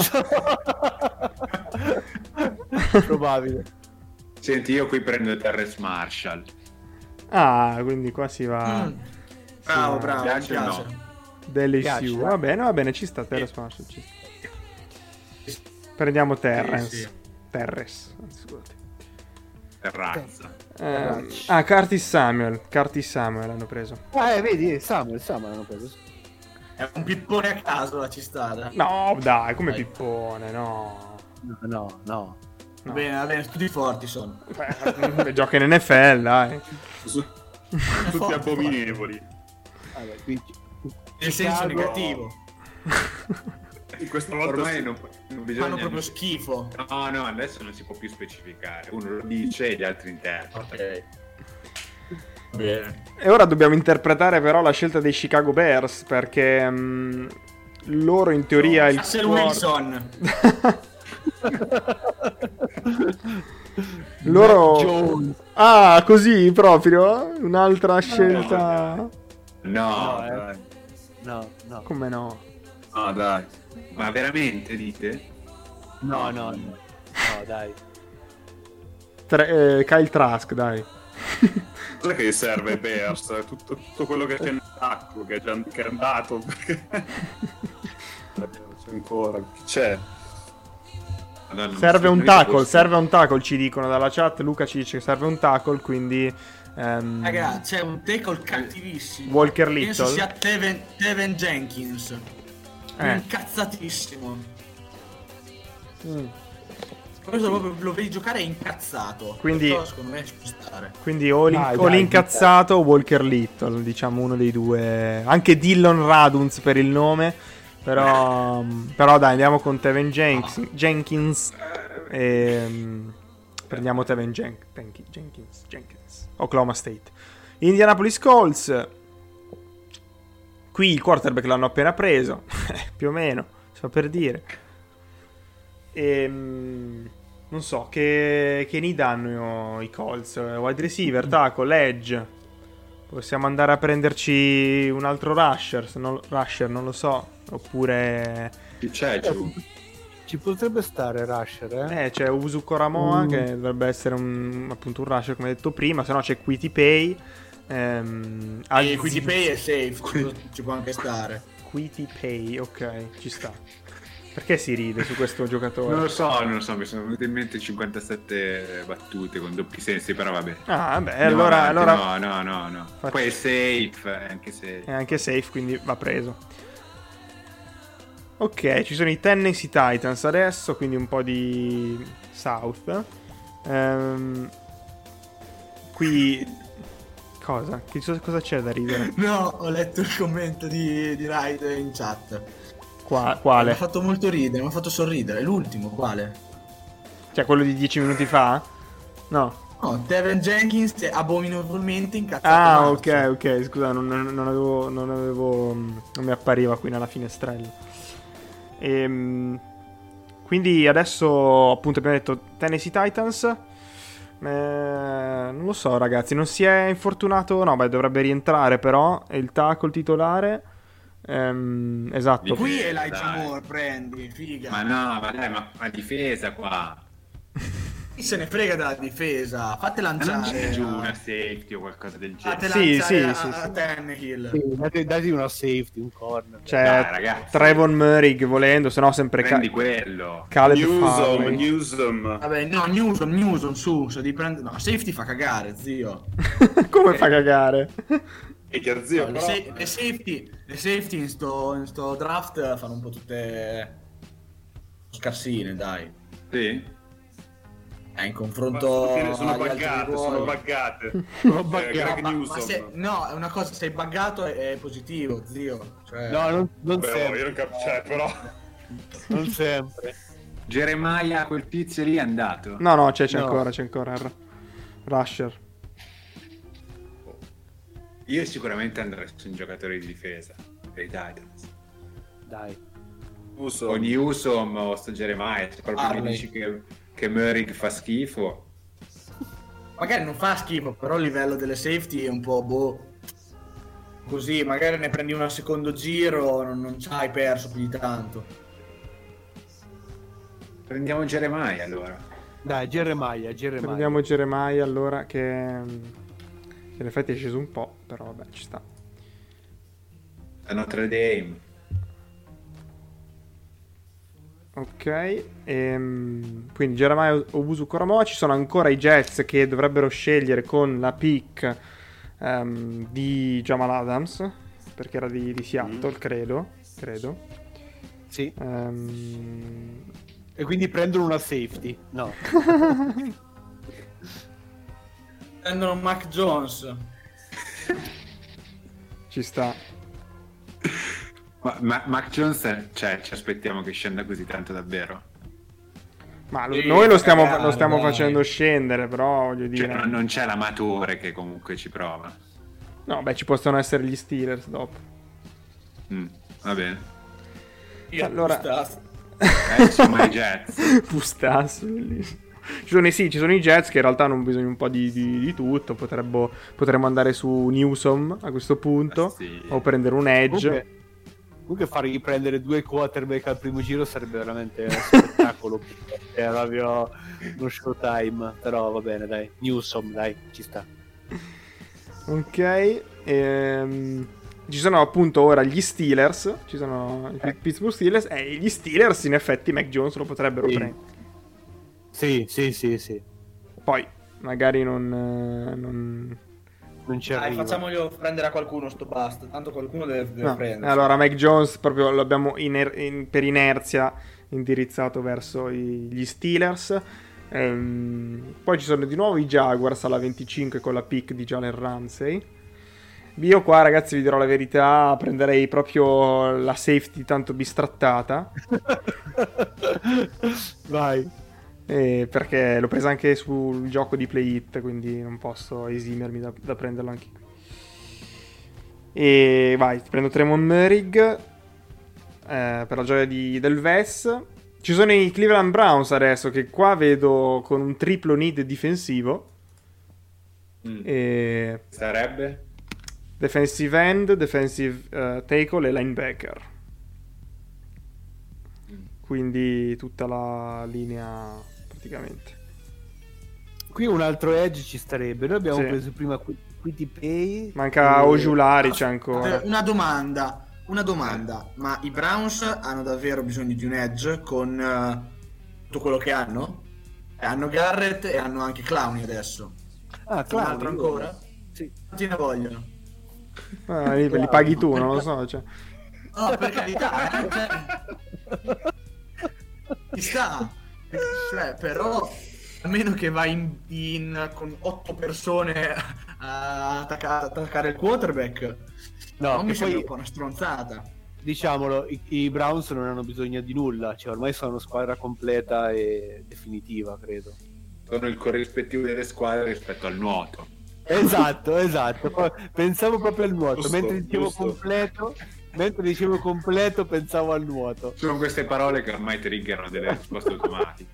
Probabile. Senti, io qui prendo Terrence Marshall. Ah, quindi qua si va... Bravo, Sì, bravo, mi piace o piace. dell'SU. Piace, Va bene, ci sta Terrence Marshall. Ci sta. Prendiamo Terrence. sì. Terrence, scusate. Razza. Curtis Samuel hanno preso. Vedi, Samuel hanno preso. È un pippone a caso, ci sta. No, dai, come Dai. pippone, no. No. Va bene, tutti forti sono. Beh, gioca in NFL, dai. Tutti abominevoli. Vabbè, qui Nel senso Chicago- negativo. In questa volta Ormai sì. non bisogna... Fanno proprio schifo. No, adesso non si può più specificare. Uno lo dice e gli altri interpretano. Ok. Bene. E ora dobbiamo interpretare però la scelta dei Chicago Bears, perché loro in teoria il Russell cuore- Wilson. loro Jones. ah, così proprio un'altra scelta. No, Dai. No. Come no? Ah, dai. ma veramente dite? No, dai. Kyle Trask, dai. Cos'è che gli serve ai Bears? Tutto quello che c'è in attacco, che è andato, perché... C'è ancora. Chi c'è? Madonna, Serve non un so se tackle, fosse- serve un tackle, ci dicono dalla chat. Luca ci dice che serve un tackle, quindi Raga, c'è un tackle cattivissimo. Walker Penso Little. sia Teven Jenkins. Eh. Incazzatissimo. Mm. Questo proprio lo vedi giocare è incazzato. Quindi- Perciò, secondo me ci può stare. Quindi o Dai, l'incazzato o Walker Little, diciamo uno dei due. Anche Dillon Radunz per il nome. Però dai, andiamo con Teven Jenkins. E prendiamo Teven Jenkins. Oklahoma State. Indianapolis Colts. Qui il quarterback l'hanno appena preso. Più o meno, so per dire. Non so, che need hanno i Colts? Wide receiver, tackle, edge. Possiamo andare a prenderci un altro rusher, non lo so. Oppure Chi c'è giù? Ci potrebbe stare Rusher, c'è Usu Koramoa che dovrebbe essere appunto un rusher come detto prima. Se no c'è Quity Pay. E quindi Pay è safe, ci può anche stare. Quity Pay, ok, ci sta. Perché si ride su questo giocatore? Non lo so, mi sono venute in mente 57 battute con doppi sensi, però vabbè. Ah, beh, Andiamo allora... avanti. No. Poi è safe, è anche safe, quindi va preso. Ok, ci sono i Tennessee Titans adesso, quindi un po' di South. Qui... Cosa? Cosa c'è da ridere? No, ho letto il commento di Ride in chat. Quale? Mi ha fatto molto ridere, mi ha fatto sorridere. L'ultimo, quale? Cioè, quello di 10 minuti fa? No. No, Tevin Jenkins è abominabilmente incazzato. Ok, scusa, non mi appariva qui nella finestrella. Quindi adesso, appunto, abbiamo detto Tennessee Titans. Non lo so, ragazzi, non si è infortunato. No, beh, dovrebbe rientrare, però è il tackle titolare. Esatto. Qui è Elijah Moore, prendi, figa. Ma no, ma dai, ma difesa qua. Chi se ne frega della difesa? Fate lanciare. Non c'è giù una safety o qualcosa del genere. Fate lanciare sì. a Tannehill. Sì, dati una safety, un corner. C'è Dai, ragazzi. Trevon Murray volendo, se no sempre Prendi quello. Caleb Farley. Newsom. Vabbè, no, Newsom, su, se devi prendere... No, safety fa cagare, zio. Come fa cagare? E che zio, No, le safety in sto draft fanno un po' tutte scarsine, dai. Sì? In confronto sono agli altri buggate, ruoli. sono buggate. Sono buggate. Greg Newsom. No, è una cosa, sei buggato è positivo, zio. Cioè... No, non Beh, sempre. io non capisco, però. Non sempre. Jeremiah, quel tizio lì è andato. No, c'è ancora Rusher. Io sicuramente andrei su un giocatore di difesa per i Titans. Dai. O Newsom o sto Jeremiah. Se proprio mi Farley. dici che Murray fa schifo. Magari non fa schifo, però il livello delle safety è un po' così, magari ne prendi una al secondo giro, non ci hai perso più di tanto. Prendiamo Jeremiah allora. Dai, Jeremiah. Prendiamo Jeremiah allora, che in effetti è sceso un po', però vabbè, ci sta. A Notre Dame. Ok, quindi Jeremiah Owusu-Koramoah. Ci sono ancora i Jets che dovrebbero scegliere con la pick di Jamal Adams, perché era di Seattle, credo. Sì. E quindi prendono una safety. No. Prendono Mac Jones. Ci sta. Ma Mac Jones, cioè, ci aspettiamo che scenda così tanto davvero? Ma Sì, noi lo stiamo dai. facendo scendere, però voglio dire... Cioè, non c'è l'amatore che comunque ci prova. No, beh, ci possono essere gli Steelers dopo. Va bene. Allora... Siamo i Jets. Pustas, bellissimo. Ci sono i Jets che in realtà hanno bisogno un po' di tutto. Potremmo andare su Newsom a questo punto, Sì. o prendere un edge. Comunque fargli prendere 2 quarterback al primo giro sarebbe veramente uno spettacolo. È proprio uno showtime. Però va bene, dai. Newsom, dai, ci sta. Ok. Ci sono appunto ora gli Steelers. Ci sono i Pittsburgh Steelers. E gli Steelers in effetti Mac Jones lo potrebbero prendere. Sì. Poi magari non ci Dai, arriva. facciamoglielo prendere a qualcuno sto basta. Tanto qualcuno deve no. prendere. Allora Mac Jones proprio l'abbiamo per inerzia indirizzato verso gli Steelers. Poi ci sono di nuovo i Jaguars alla 25 con la pick di Jalen Ramsey. Io qua, ragazzi, vi dirò la verità, prenderei proprio la safety tanto bistrattata. Vai. Perché l'ho presa anche sul gioco di Play It, quindi non posso esimermi da prenderlo anche qui. E vai, prendo Tremon Merrig per la gioia del VES. Ci sono i Cleveland Browns adesso, che qua vedo con un triplo need difensivo. E Sarebbe? defensive end, defensive tackle e linebacker. Quindi tutta la linea praticamente. Qui un altro edge ci starebbe. Noi abbiamo Sì. preso prima Quitty Pay. Manca Ojulari, c'è ancora. Una domanda. una domanda, ma i Browns hanno davvero bisogno di un edge con tutto quello che hanno? Hanno Garrett e hanno anche Clowney adesso. Un altro ancora? Sì. Quanti ne vogliono? Li paghi tu, non lo so. Cioè. No, per carità, ci sta. Cioè, però, a meno che vai con 8 persone a attaccare il quarterback, No, non mi che sembra poi, un po' una stronzata. diciamolo, i Browns non hanno bisogno di nulla, cioè ormai sono una squadra completa e definitiva, credo. Sono il corrispettivo delle squadre rispetto al nuoto. Esatto. Poi pensavo proprio al nuoto, Giusto, mentre dicevo completo pensavo al nuoto. Sono queste parole che ormai triggerano delle risposte automatiche.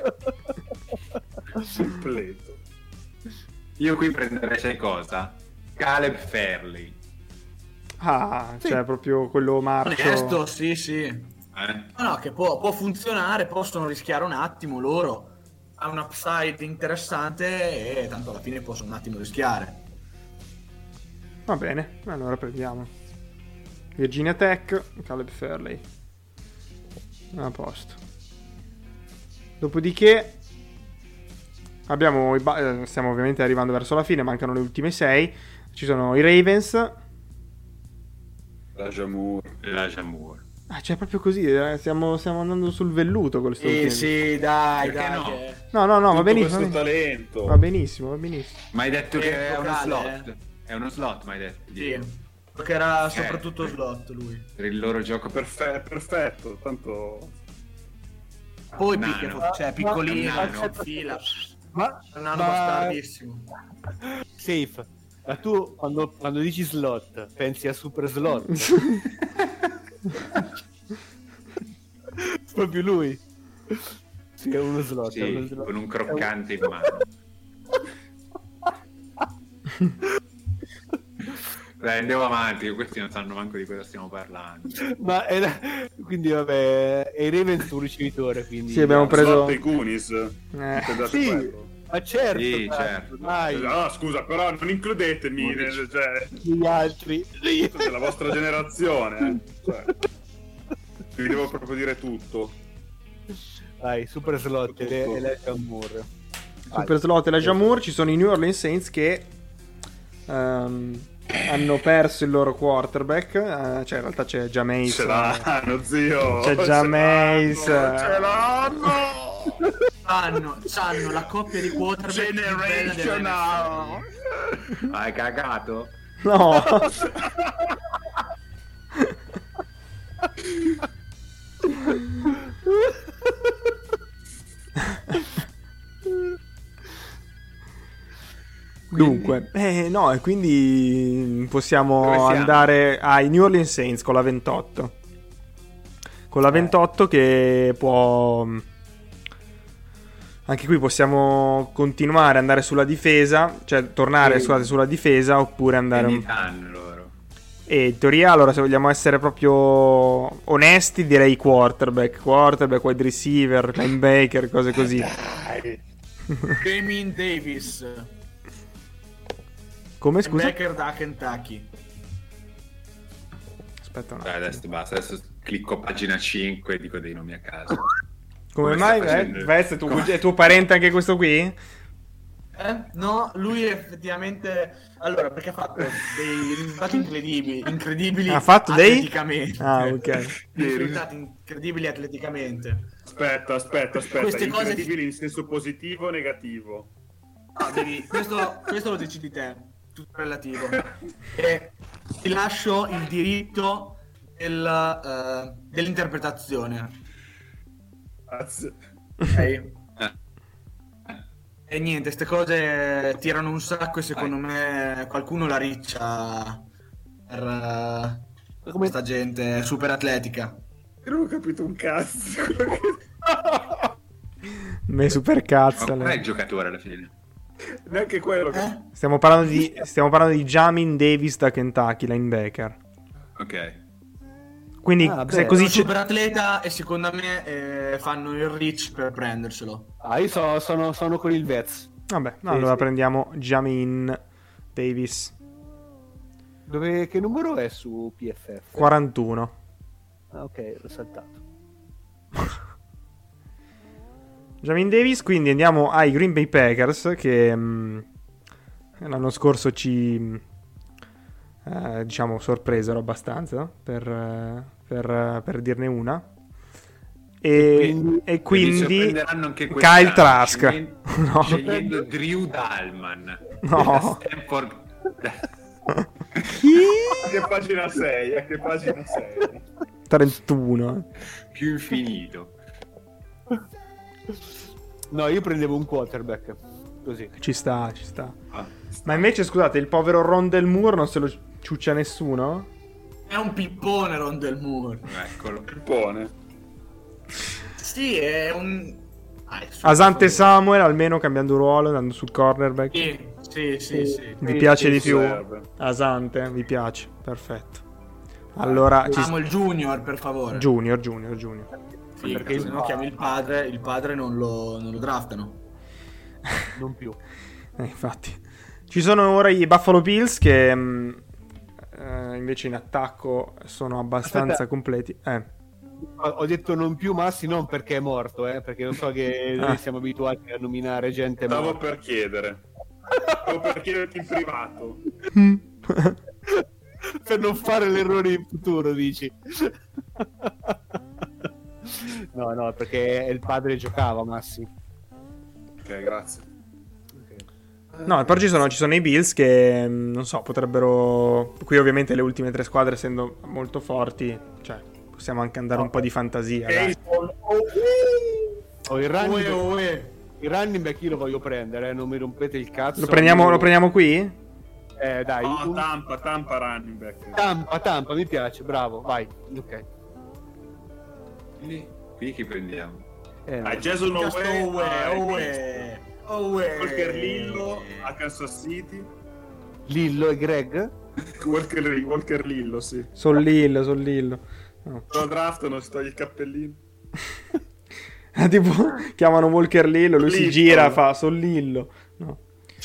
Completo. Io qui prenderei, sai cosa? Caleb Fairley. Cioè proprio quello marcio. Onesto, sì. No, che può funzionare, possono rischiare un attimo loro. Ha un upside interessante e tanto alla fine possono un attimo rischiare. Va bene, allora prendiamo Virginia Tech, Caleb Fairley. A posto. Dopodiché abbiamo stiamo ovviamente arrivando verso la fine, mancano le ultime 6. Ci sono i Ravens. La Jamur. Cioè proprio così, stiamo andando sul velluto con questo Sì, dai. no? che- No, va benissimo. Questo talento. Va benissimo. Ma hai detto che è uno locale, slot? È uno slot, ma hai detto? Sì, perché era soprattutto slot lui. Per il loro gioco Perfetto, tanto... Poi Nano. piccolino, Nano. in fila. Ma È un anno bastardissimo. Safe, ma tu quando dici slot pensi a super slot? Proprio lui. Sì, è uno slot. è uno sì, slot. con un croccante in mano. Dai, andiamo avanti, questi non sanno manco di cosa stiamo parlando. Ma quindi vabbè, è i Ravens un ricevitore, quindi Sì, abbiamo preso Slot dei Goonies. Intendete sì, quello? ma certo, Sì, cazzo, certo. dai, No, scusa, però non includetemi cioè, gli altri. della vostra generazione. Cioè, vi devo proprio dire tutto. Dai, super slot e lei è un Moore. Super slot e la Jamur. Ci sono i New Orleans Saints che hanno perso il loro quarterback. Cioè in realtà c'è Jameis. Ce l'hanno, zio. C'è Jameis. Ce l'hanno. C'hanno la coppia di quarterback più bella Generational. Hai cagato? No. Dunque, no, e quindi possiamo andare ai New Orleans Saints con la 28. Con la 28 che può... Anche qui possiamo continuare ad andare sulla difesa, cioè tornare sulla difesa oppure andare... loro. E in teoria, allora, se vogliamo essere proprio onesti, direi quarterback, wide receiver, linebacker, cose così. Jamin Davis, Come, scusa? Baker da Kentucky. Aspetta un Dai, attimo. adesso basta, adesso clicco pagina 5 e dico dei nomi a caso. Come Come mai? sta facendo? Vest, è tuo parente anche questo qui? No, lui effettivamente... Allora, perché ha fatto dei risultati incredibili Ha fatto dei? atleticamente. Ah, ok. Dei risultati incredibili atleticamente. Aspetta. Queste cose- Incredibili in senso positivo o negativo? Questo lo decidi te, tutto relativo. E ti lascio il diritto dell'interpretazione. Grazie. Ok? E niente, queste cose tirano un sacco e secondo me qualcuno la riccia per questa gente super atletica. Io non ho capito un cazzo. Me super Ma cazzo. qual è il giocatore alla fine? Neanche quello che... Stiamo parlando di Jamin Davis da Kentucky, linebacker. Ok. Quindi se così È un super atleta e secondo me fanno il reach per prenderselo. Io sono con il Vets. Vabbè, Sì, allora sì. prendiamo Jamin Davis. Che numero è su PFF? 41. Ah, ok, l'ho saltato. Jamin Davis, quindi andiamo ai Green Bay Packers che l'anno scorso ci diciamo sorpresero abbastanza per dirne una. E quindi anche Kyle Trask. No. Scegliendo Drew Dalman. No. Stanford. Chi? Che pagina sei? A che pagina sei? 31. Più infinito. No, io prendevo un quarterback. Così. Ci sta. Ma invece, scusate, il povero Rondell Moore non se lo ciuccia nessuno? È un pippone Rondell Moore. Eccolo. Pippone. Sì, è un... Asante Samuel, almeno cambiando ruolo, andando sul cornerback. Sì. Vi piace di più? serve. Asante, vi piace. Perfetto. Allora, Chiamo il Junior, per favore. Junior. Sì, perché se no chiami il padre non lo draftano. Non più. Infatti. Ci sono ora i Buffalo Bills che invece in attacco sono abbastanza completi. Ho detto non più Massi, non perché è morto, perché non so che noi siamo abituati a nominare gente Stavo morta. per chiederti in privato. Per non fare l'errore in futuro, dici. No, perché il padre giocava, Massi. Ok, grazie. No, però ci sono i Bills che non so, potrebbero. Qui ovviamente le ultime tre squadre essendo molto forti, cioè possiamo anche andare un po' di fantasia. Dai. Il running back io lo voglio prendere, non mi rompete il cazzo. Lo prendiamo qui? Dai. Oh, Tampa running back. Tampa, mi piace, bravo, vai. Ok. Quindi chi prendiamo? No. Jason Owe. Walker Lillo a Kansas City. Lillo e Greg? Walker Lillo, sì. Sollillo. No. Lo draftano, si toglie il cappellino. Tipo, chiamano Walker Lillo, lui si gira, fa Sollillo. No.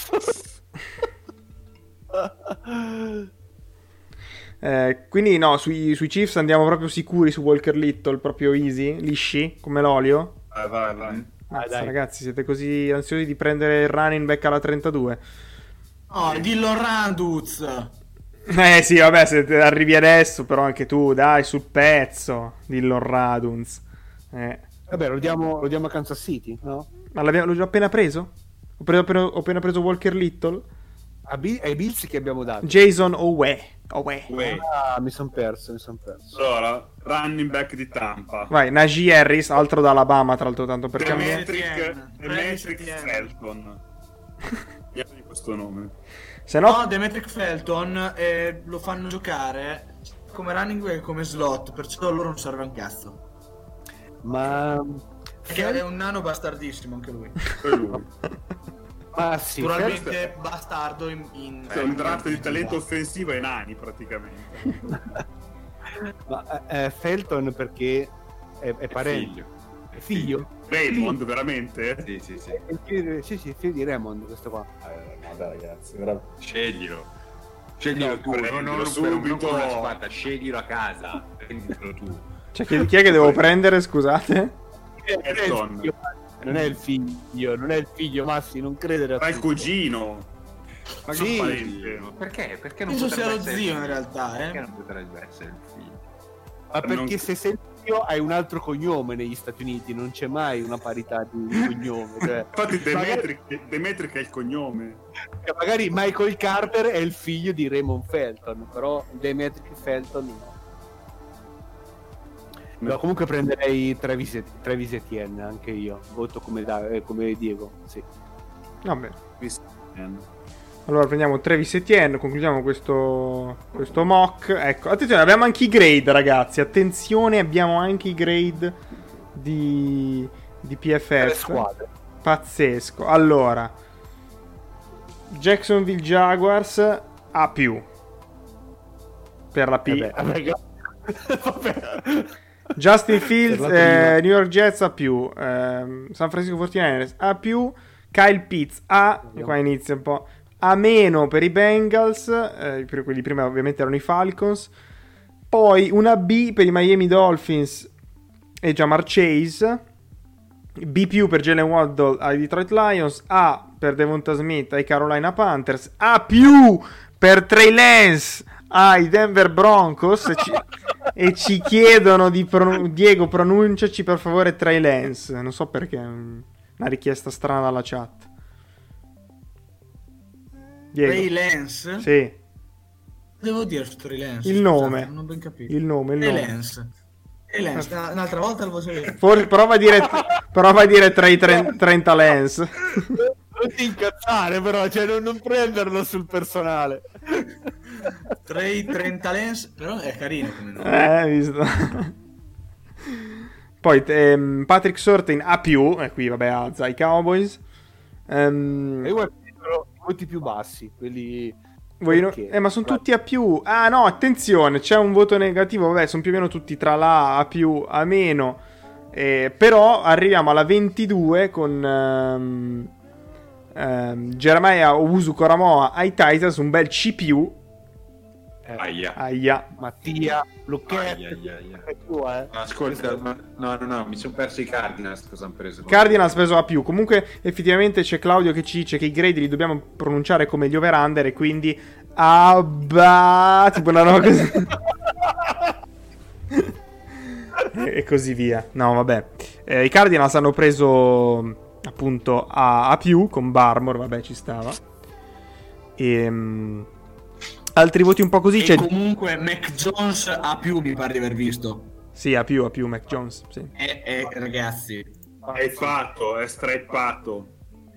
Quindi no, sui Chiefs andiamo proprio sicuri su Walker Little, proprio easy, lisci, come l'olio. Vai. Mazza, ragazzi, siete così ansiosi di prendere il running back alla 32? Oh, dillo Randuz. Sì, vabbè, se arrivi adesso, però anche tu, dai, sul pezzo, Dillon Radunz. Vabbè, lo diamo a Kansas City, no? Ma l'ho già appena preso? Ho appena preso Walker Little. Ai Bills che abbiamo dato? Jason Owe. Mi son perso. Allora, running back di Tampa. Vai, Najee Harris, altro da Alabama, tra l'altro, tanto per cambiare. Demetric Felton. Di questo nome. Se no, Demetric Felton lo fanno giocare come running back e come slot, perciò loro non serve un cazzo. Ma Perché è un nano bastardissimo anche lui. Ma sì, Naturalmente bastardo in È un draft di talento offensivo ai nani praticamente. Ma Felton perché è parente. È figlio. Raymond, veramente? Sì. Sì, figlio di Raymond questo qua. Vabbè ragazzi, Sceglilo tu, non subito. con una spada, sceglilo a casa, prendilo tu. cioè, chi è che devo prendere, scusate? Felton. Non è il figlio, Massi, non credere a Ma il tutto. cugino. Ma sì. non parente. Perché? Perché non penso sia potrebbe lo essere zio il in figlio? realtà, Perché non potrebbe essere il figlio? Ma perché se sei figlio hai un altro cognome negli Stati Uniti, non c'è mai una parità di cognome. Cioè, Infatti Demetric è il cognome. magari Michael Carter è il figlio di Raymond Felton, però Demetric Felton no. No, comunque prenderei Travis Etienne anche io. Voto come Diego, sì. Vabbè. Allora prendiamo Travis Etienne, concludiamo questo mock. Ecco, attenzione, abbiamo anche i grade, ragazzi. Attenzione, abbiamo anche i grade di PFF. 3 squadre. Pazzesco. Allora, Jacksonville Jaguars A+. Per la P. Vabbè. Justin Fields, New York Jets A+, San Francisco 49ers A+, Kyle Pitts A, qua inizia un po', A- per i Bengals, per quelli prima ovviamente erano i Falcons, poi una B per i Miami Dolphins e Jamar Chase, B+ per Jalen Waddle ai Detroit Lions, A per Devonta Smith ai Carolina Panthers, A+ per Trey Lance ai Denver Broncos e ci chiedono di Diego, pronunciaci per favore Trey Lance, non so perché, una richiesta strana dalla chat. Diego. Trey Lance? Sì. Devo dire su Trey Lance. Il nome. Non ho ben capito. Il nome. Trey Lance. Trey Lance. Un'altra volta lo posso dire. Prova a dire Trey 30 Lance. Non ti incazzare però, cioè non prenderlo sul personale. Trey 30 Lance, però è carino come nome. Visto. Poi Patrick Surtain A+, e qui vabbè alza ai Cowboys. E guarda, i voti più bassi, quelli... Ma sono tutti A+. Ah no, attenzione, c'è un voto negativo, vabbè, sono più o meno tutti tra la A+, A-, però arriviamo alla 22 con Jeremiah Owusu-Koramoah ai Titans, un bel C+. Aia. Mattia, Lucchetti, è tua, Ascolta, no, mi sono perso i Cardinals. Cosa hanno preso? Cardinals preso A+. Comunque effettivamente c'è Claudio che ci dice che i gradi li dobbiamo pronunciare come gli over-under e quindi tipo una roba così. E così via. No, vabbè. I Cardinals hanno preso appunto A+ con Barmore, vabbè, ci stava. Altri voti un po' così. E comunque Mac Jones A+, mi pare di aver visto. Sì, A+, Mac Jones, sì. Ragazzi, è fatto, è strappato.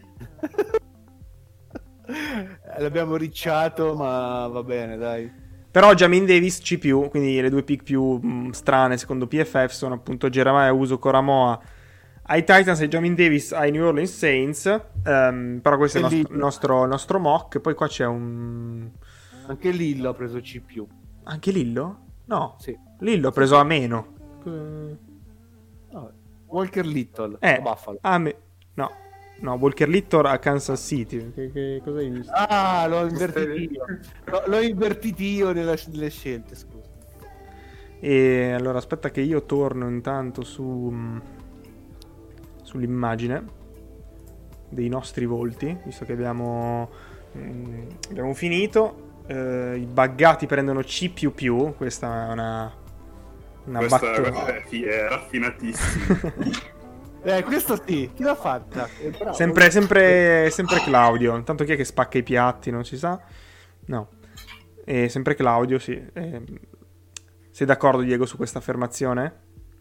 L'abbiamo ricciato, ma va bene, dai. Però Jamin Davis C+, quindi le due pick più strane secondo PFF sono appunto Jeremiah Owusu-Koramoah ai Titans e Jamin Davis ai New Orleans Saints. Però questo è il nostro mock. Poi qua c'è un... Anche Lillo ha preso C+. Anche Lillo? No. Sì. Lillo ha preso A-. No, Walker Little a Buffalo. No, Walker Little a Kansas City. Che cosa hai visto? Ah, l'ho invertito io. L'ho invertito io nelle scelte, scusa. E allora aspetta che io torno intanto sull'immagine dei nostri volti, visto che abbiamo finito. I buggati prendono C++. Questa è una battuta. È raffinatissimo. Questo sì, chi l'ha fatta? Sempre Claudio. Intanto chi è che spacca i piatti, non si sa. No. Sempre Claudio, sì. Sei d'accordo, Diego, su questa affermazione?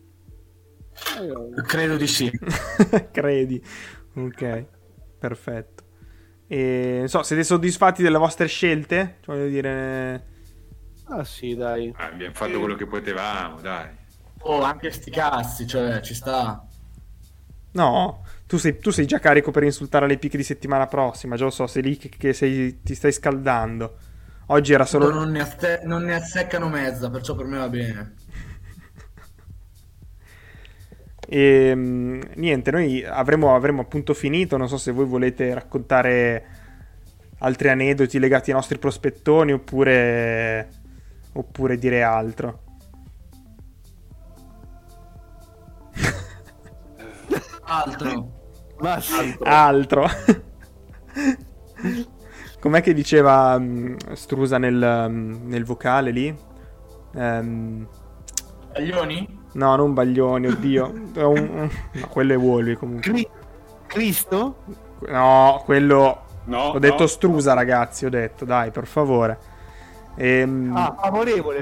credo di sì. Credi. Ok, perfetto. Non so, siete soddisfatti delle vostre scelte? Cioè, voglio dire... Ah sì, dai. Abbiamo fatto quello che potevamo, dai. Anche sti cazzi, cioè, ci sta. No, tu sei già carico per insultare le pick di settimana prossima. Già lo so, sei lì che ti stai scaldando. Oggi era solo... Non ne azzeccano mezza, perciò per me va bene. E niente, noi avremo appunto finito. Non so se voi volete raccontare altri aneddoti legati ai nostri prospettoni oppure dire altro. Altro. Com'è che diceva Strusa nel vocale lì? Baglioni? No, non Baglioni, oddio. No, quello è Wolvi comunque. Cristo? No, quello... No, ho detto Strusa, ragazzi, ho detto, dai, per favore. Favorevole.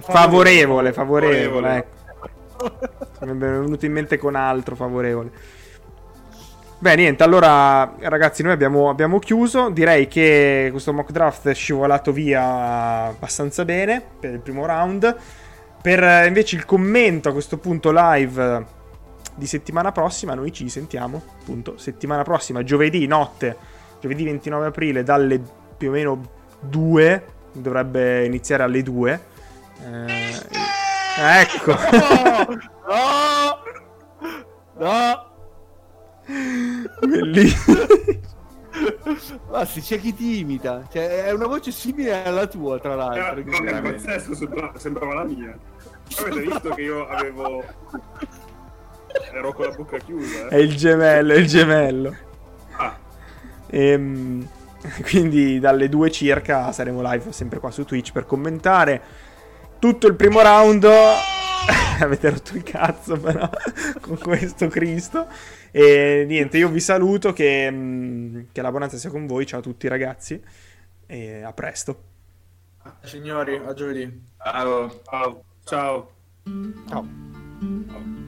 Ecco. Mi è venuto in mente con altro favorevole. Beh, niente, allora ragazzi, noi abbiamo chiuso. Direi che questo mock draft è scivolato via abbastanza bene per il primo round. Per invece il commento a questo punto live di settimana prossima, noi ci sentiamo appunto settimana prossima, giovedì 29 aprile dalle più o meno 2, dovrebbe iniziare alle 2. Ecco. No. Bellissimo. Basta, c'è chi ti imita, cioè, è una voce simile alla tua, tra l'altro. È pazzesco, sembrava la mia. Avete visto che io ero con la bocca chiusa? È il gemello. Ah. Quindi dalle 2 circa saremo live sempre qua su Twitch per commentare tutto il primo round. Avete rotto il cazzo però con questo Cristo. E niente, io vi saluto, che la buonanza sia con voi. Ciao a tutti ragazzi e a presto. Signori, a giovedì. Ciao. Ciao.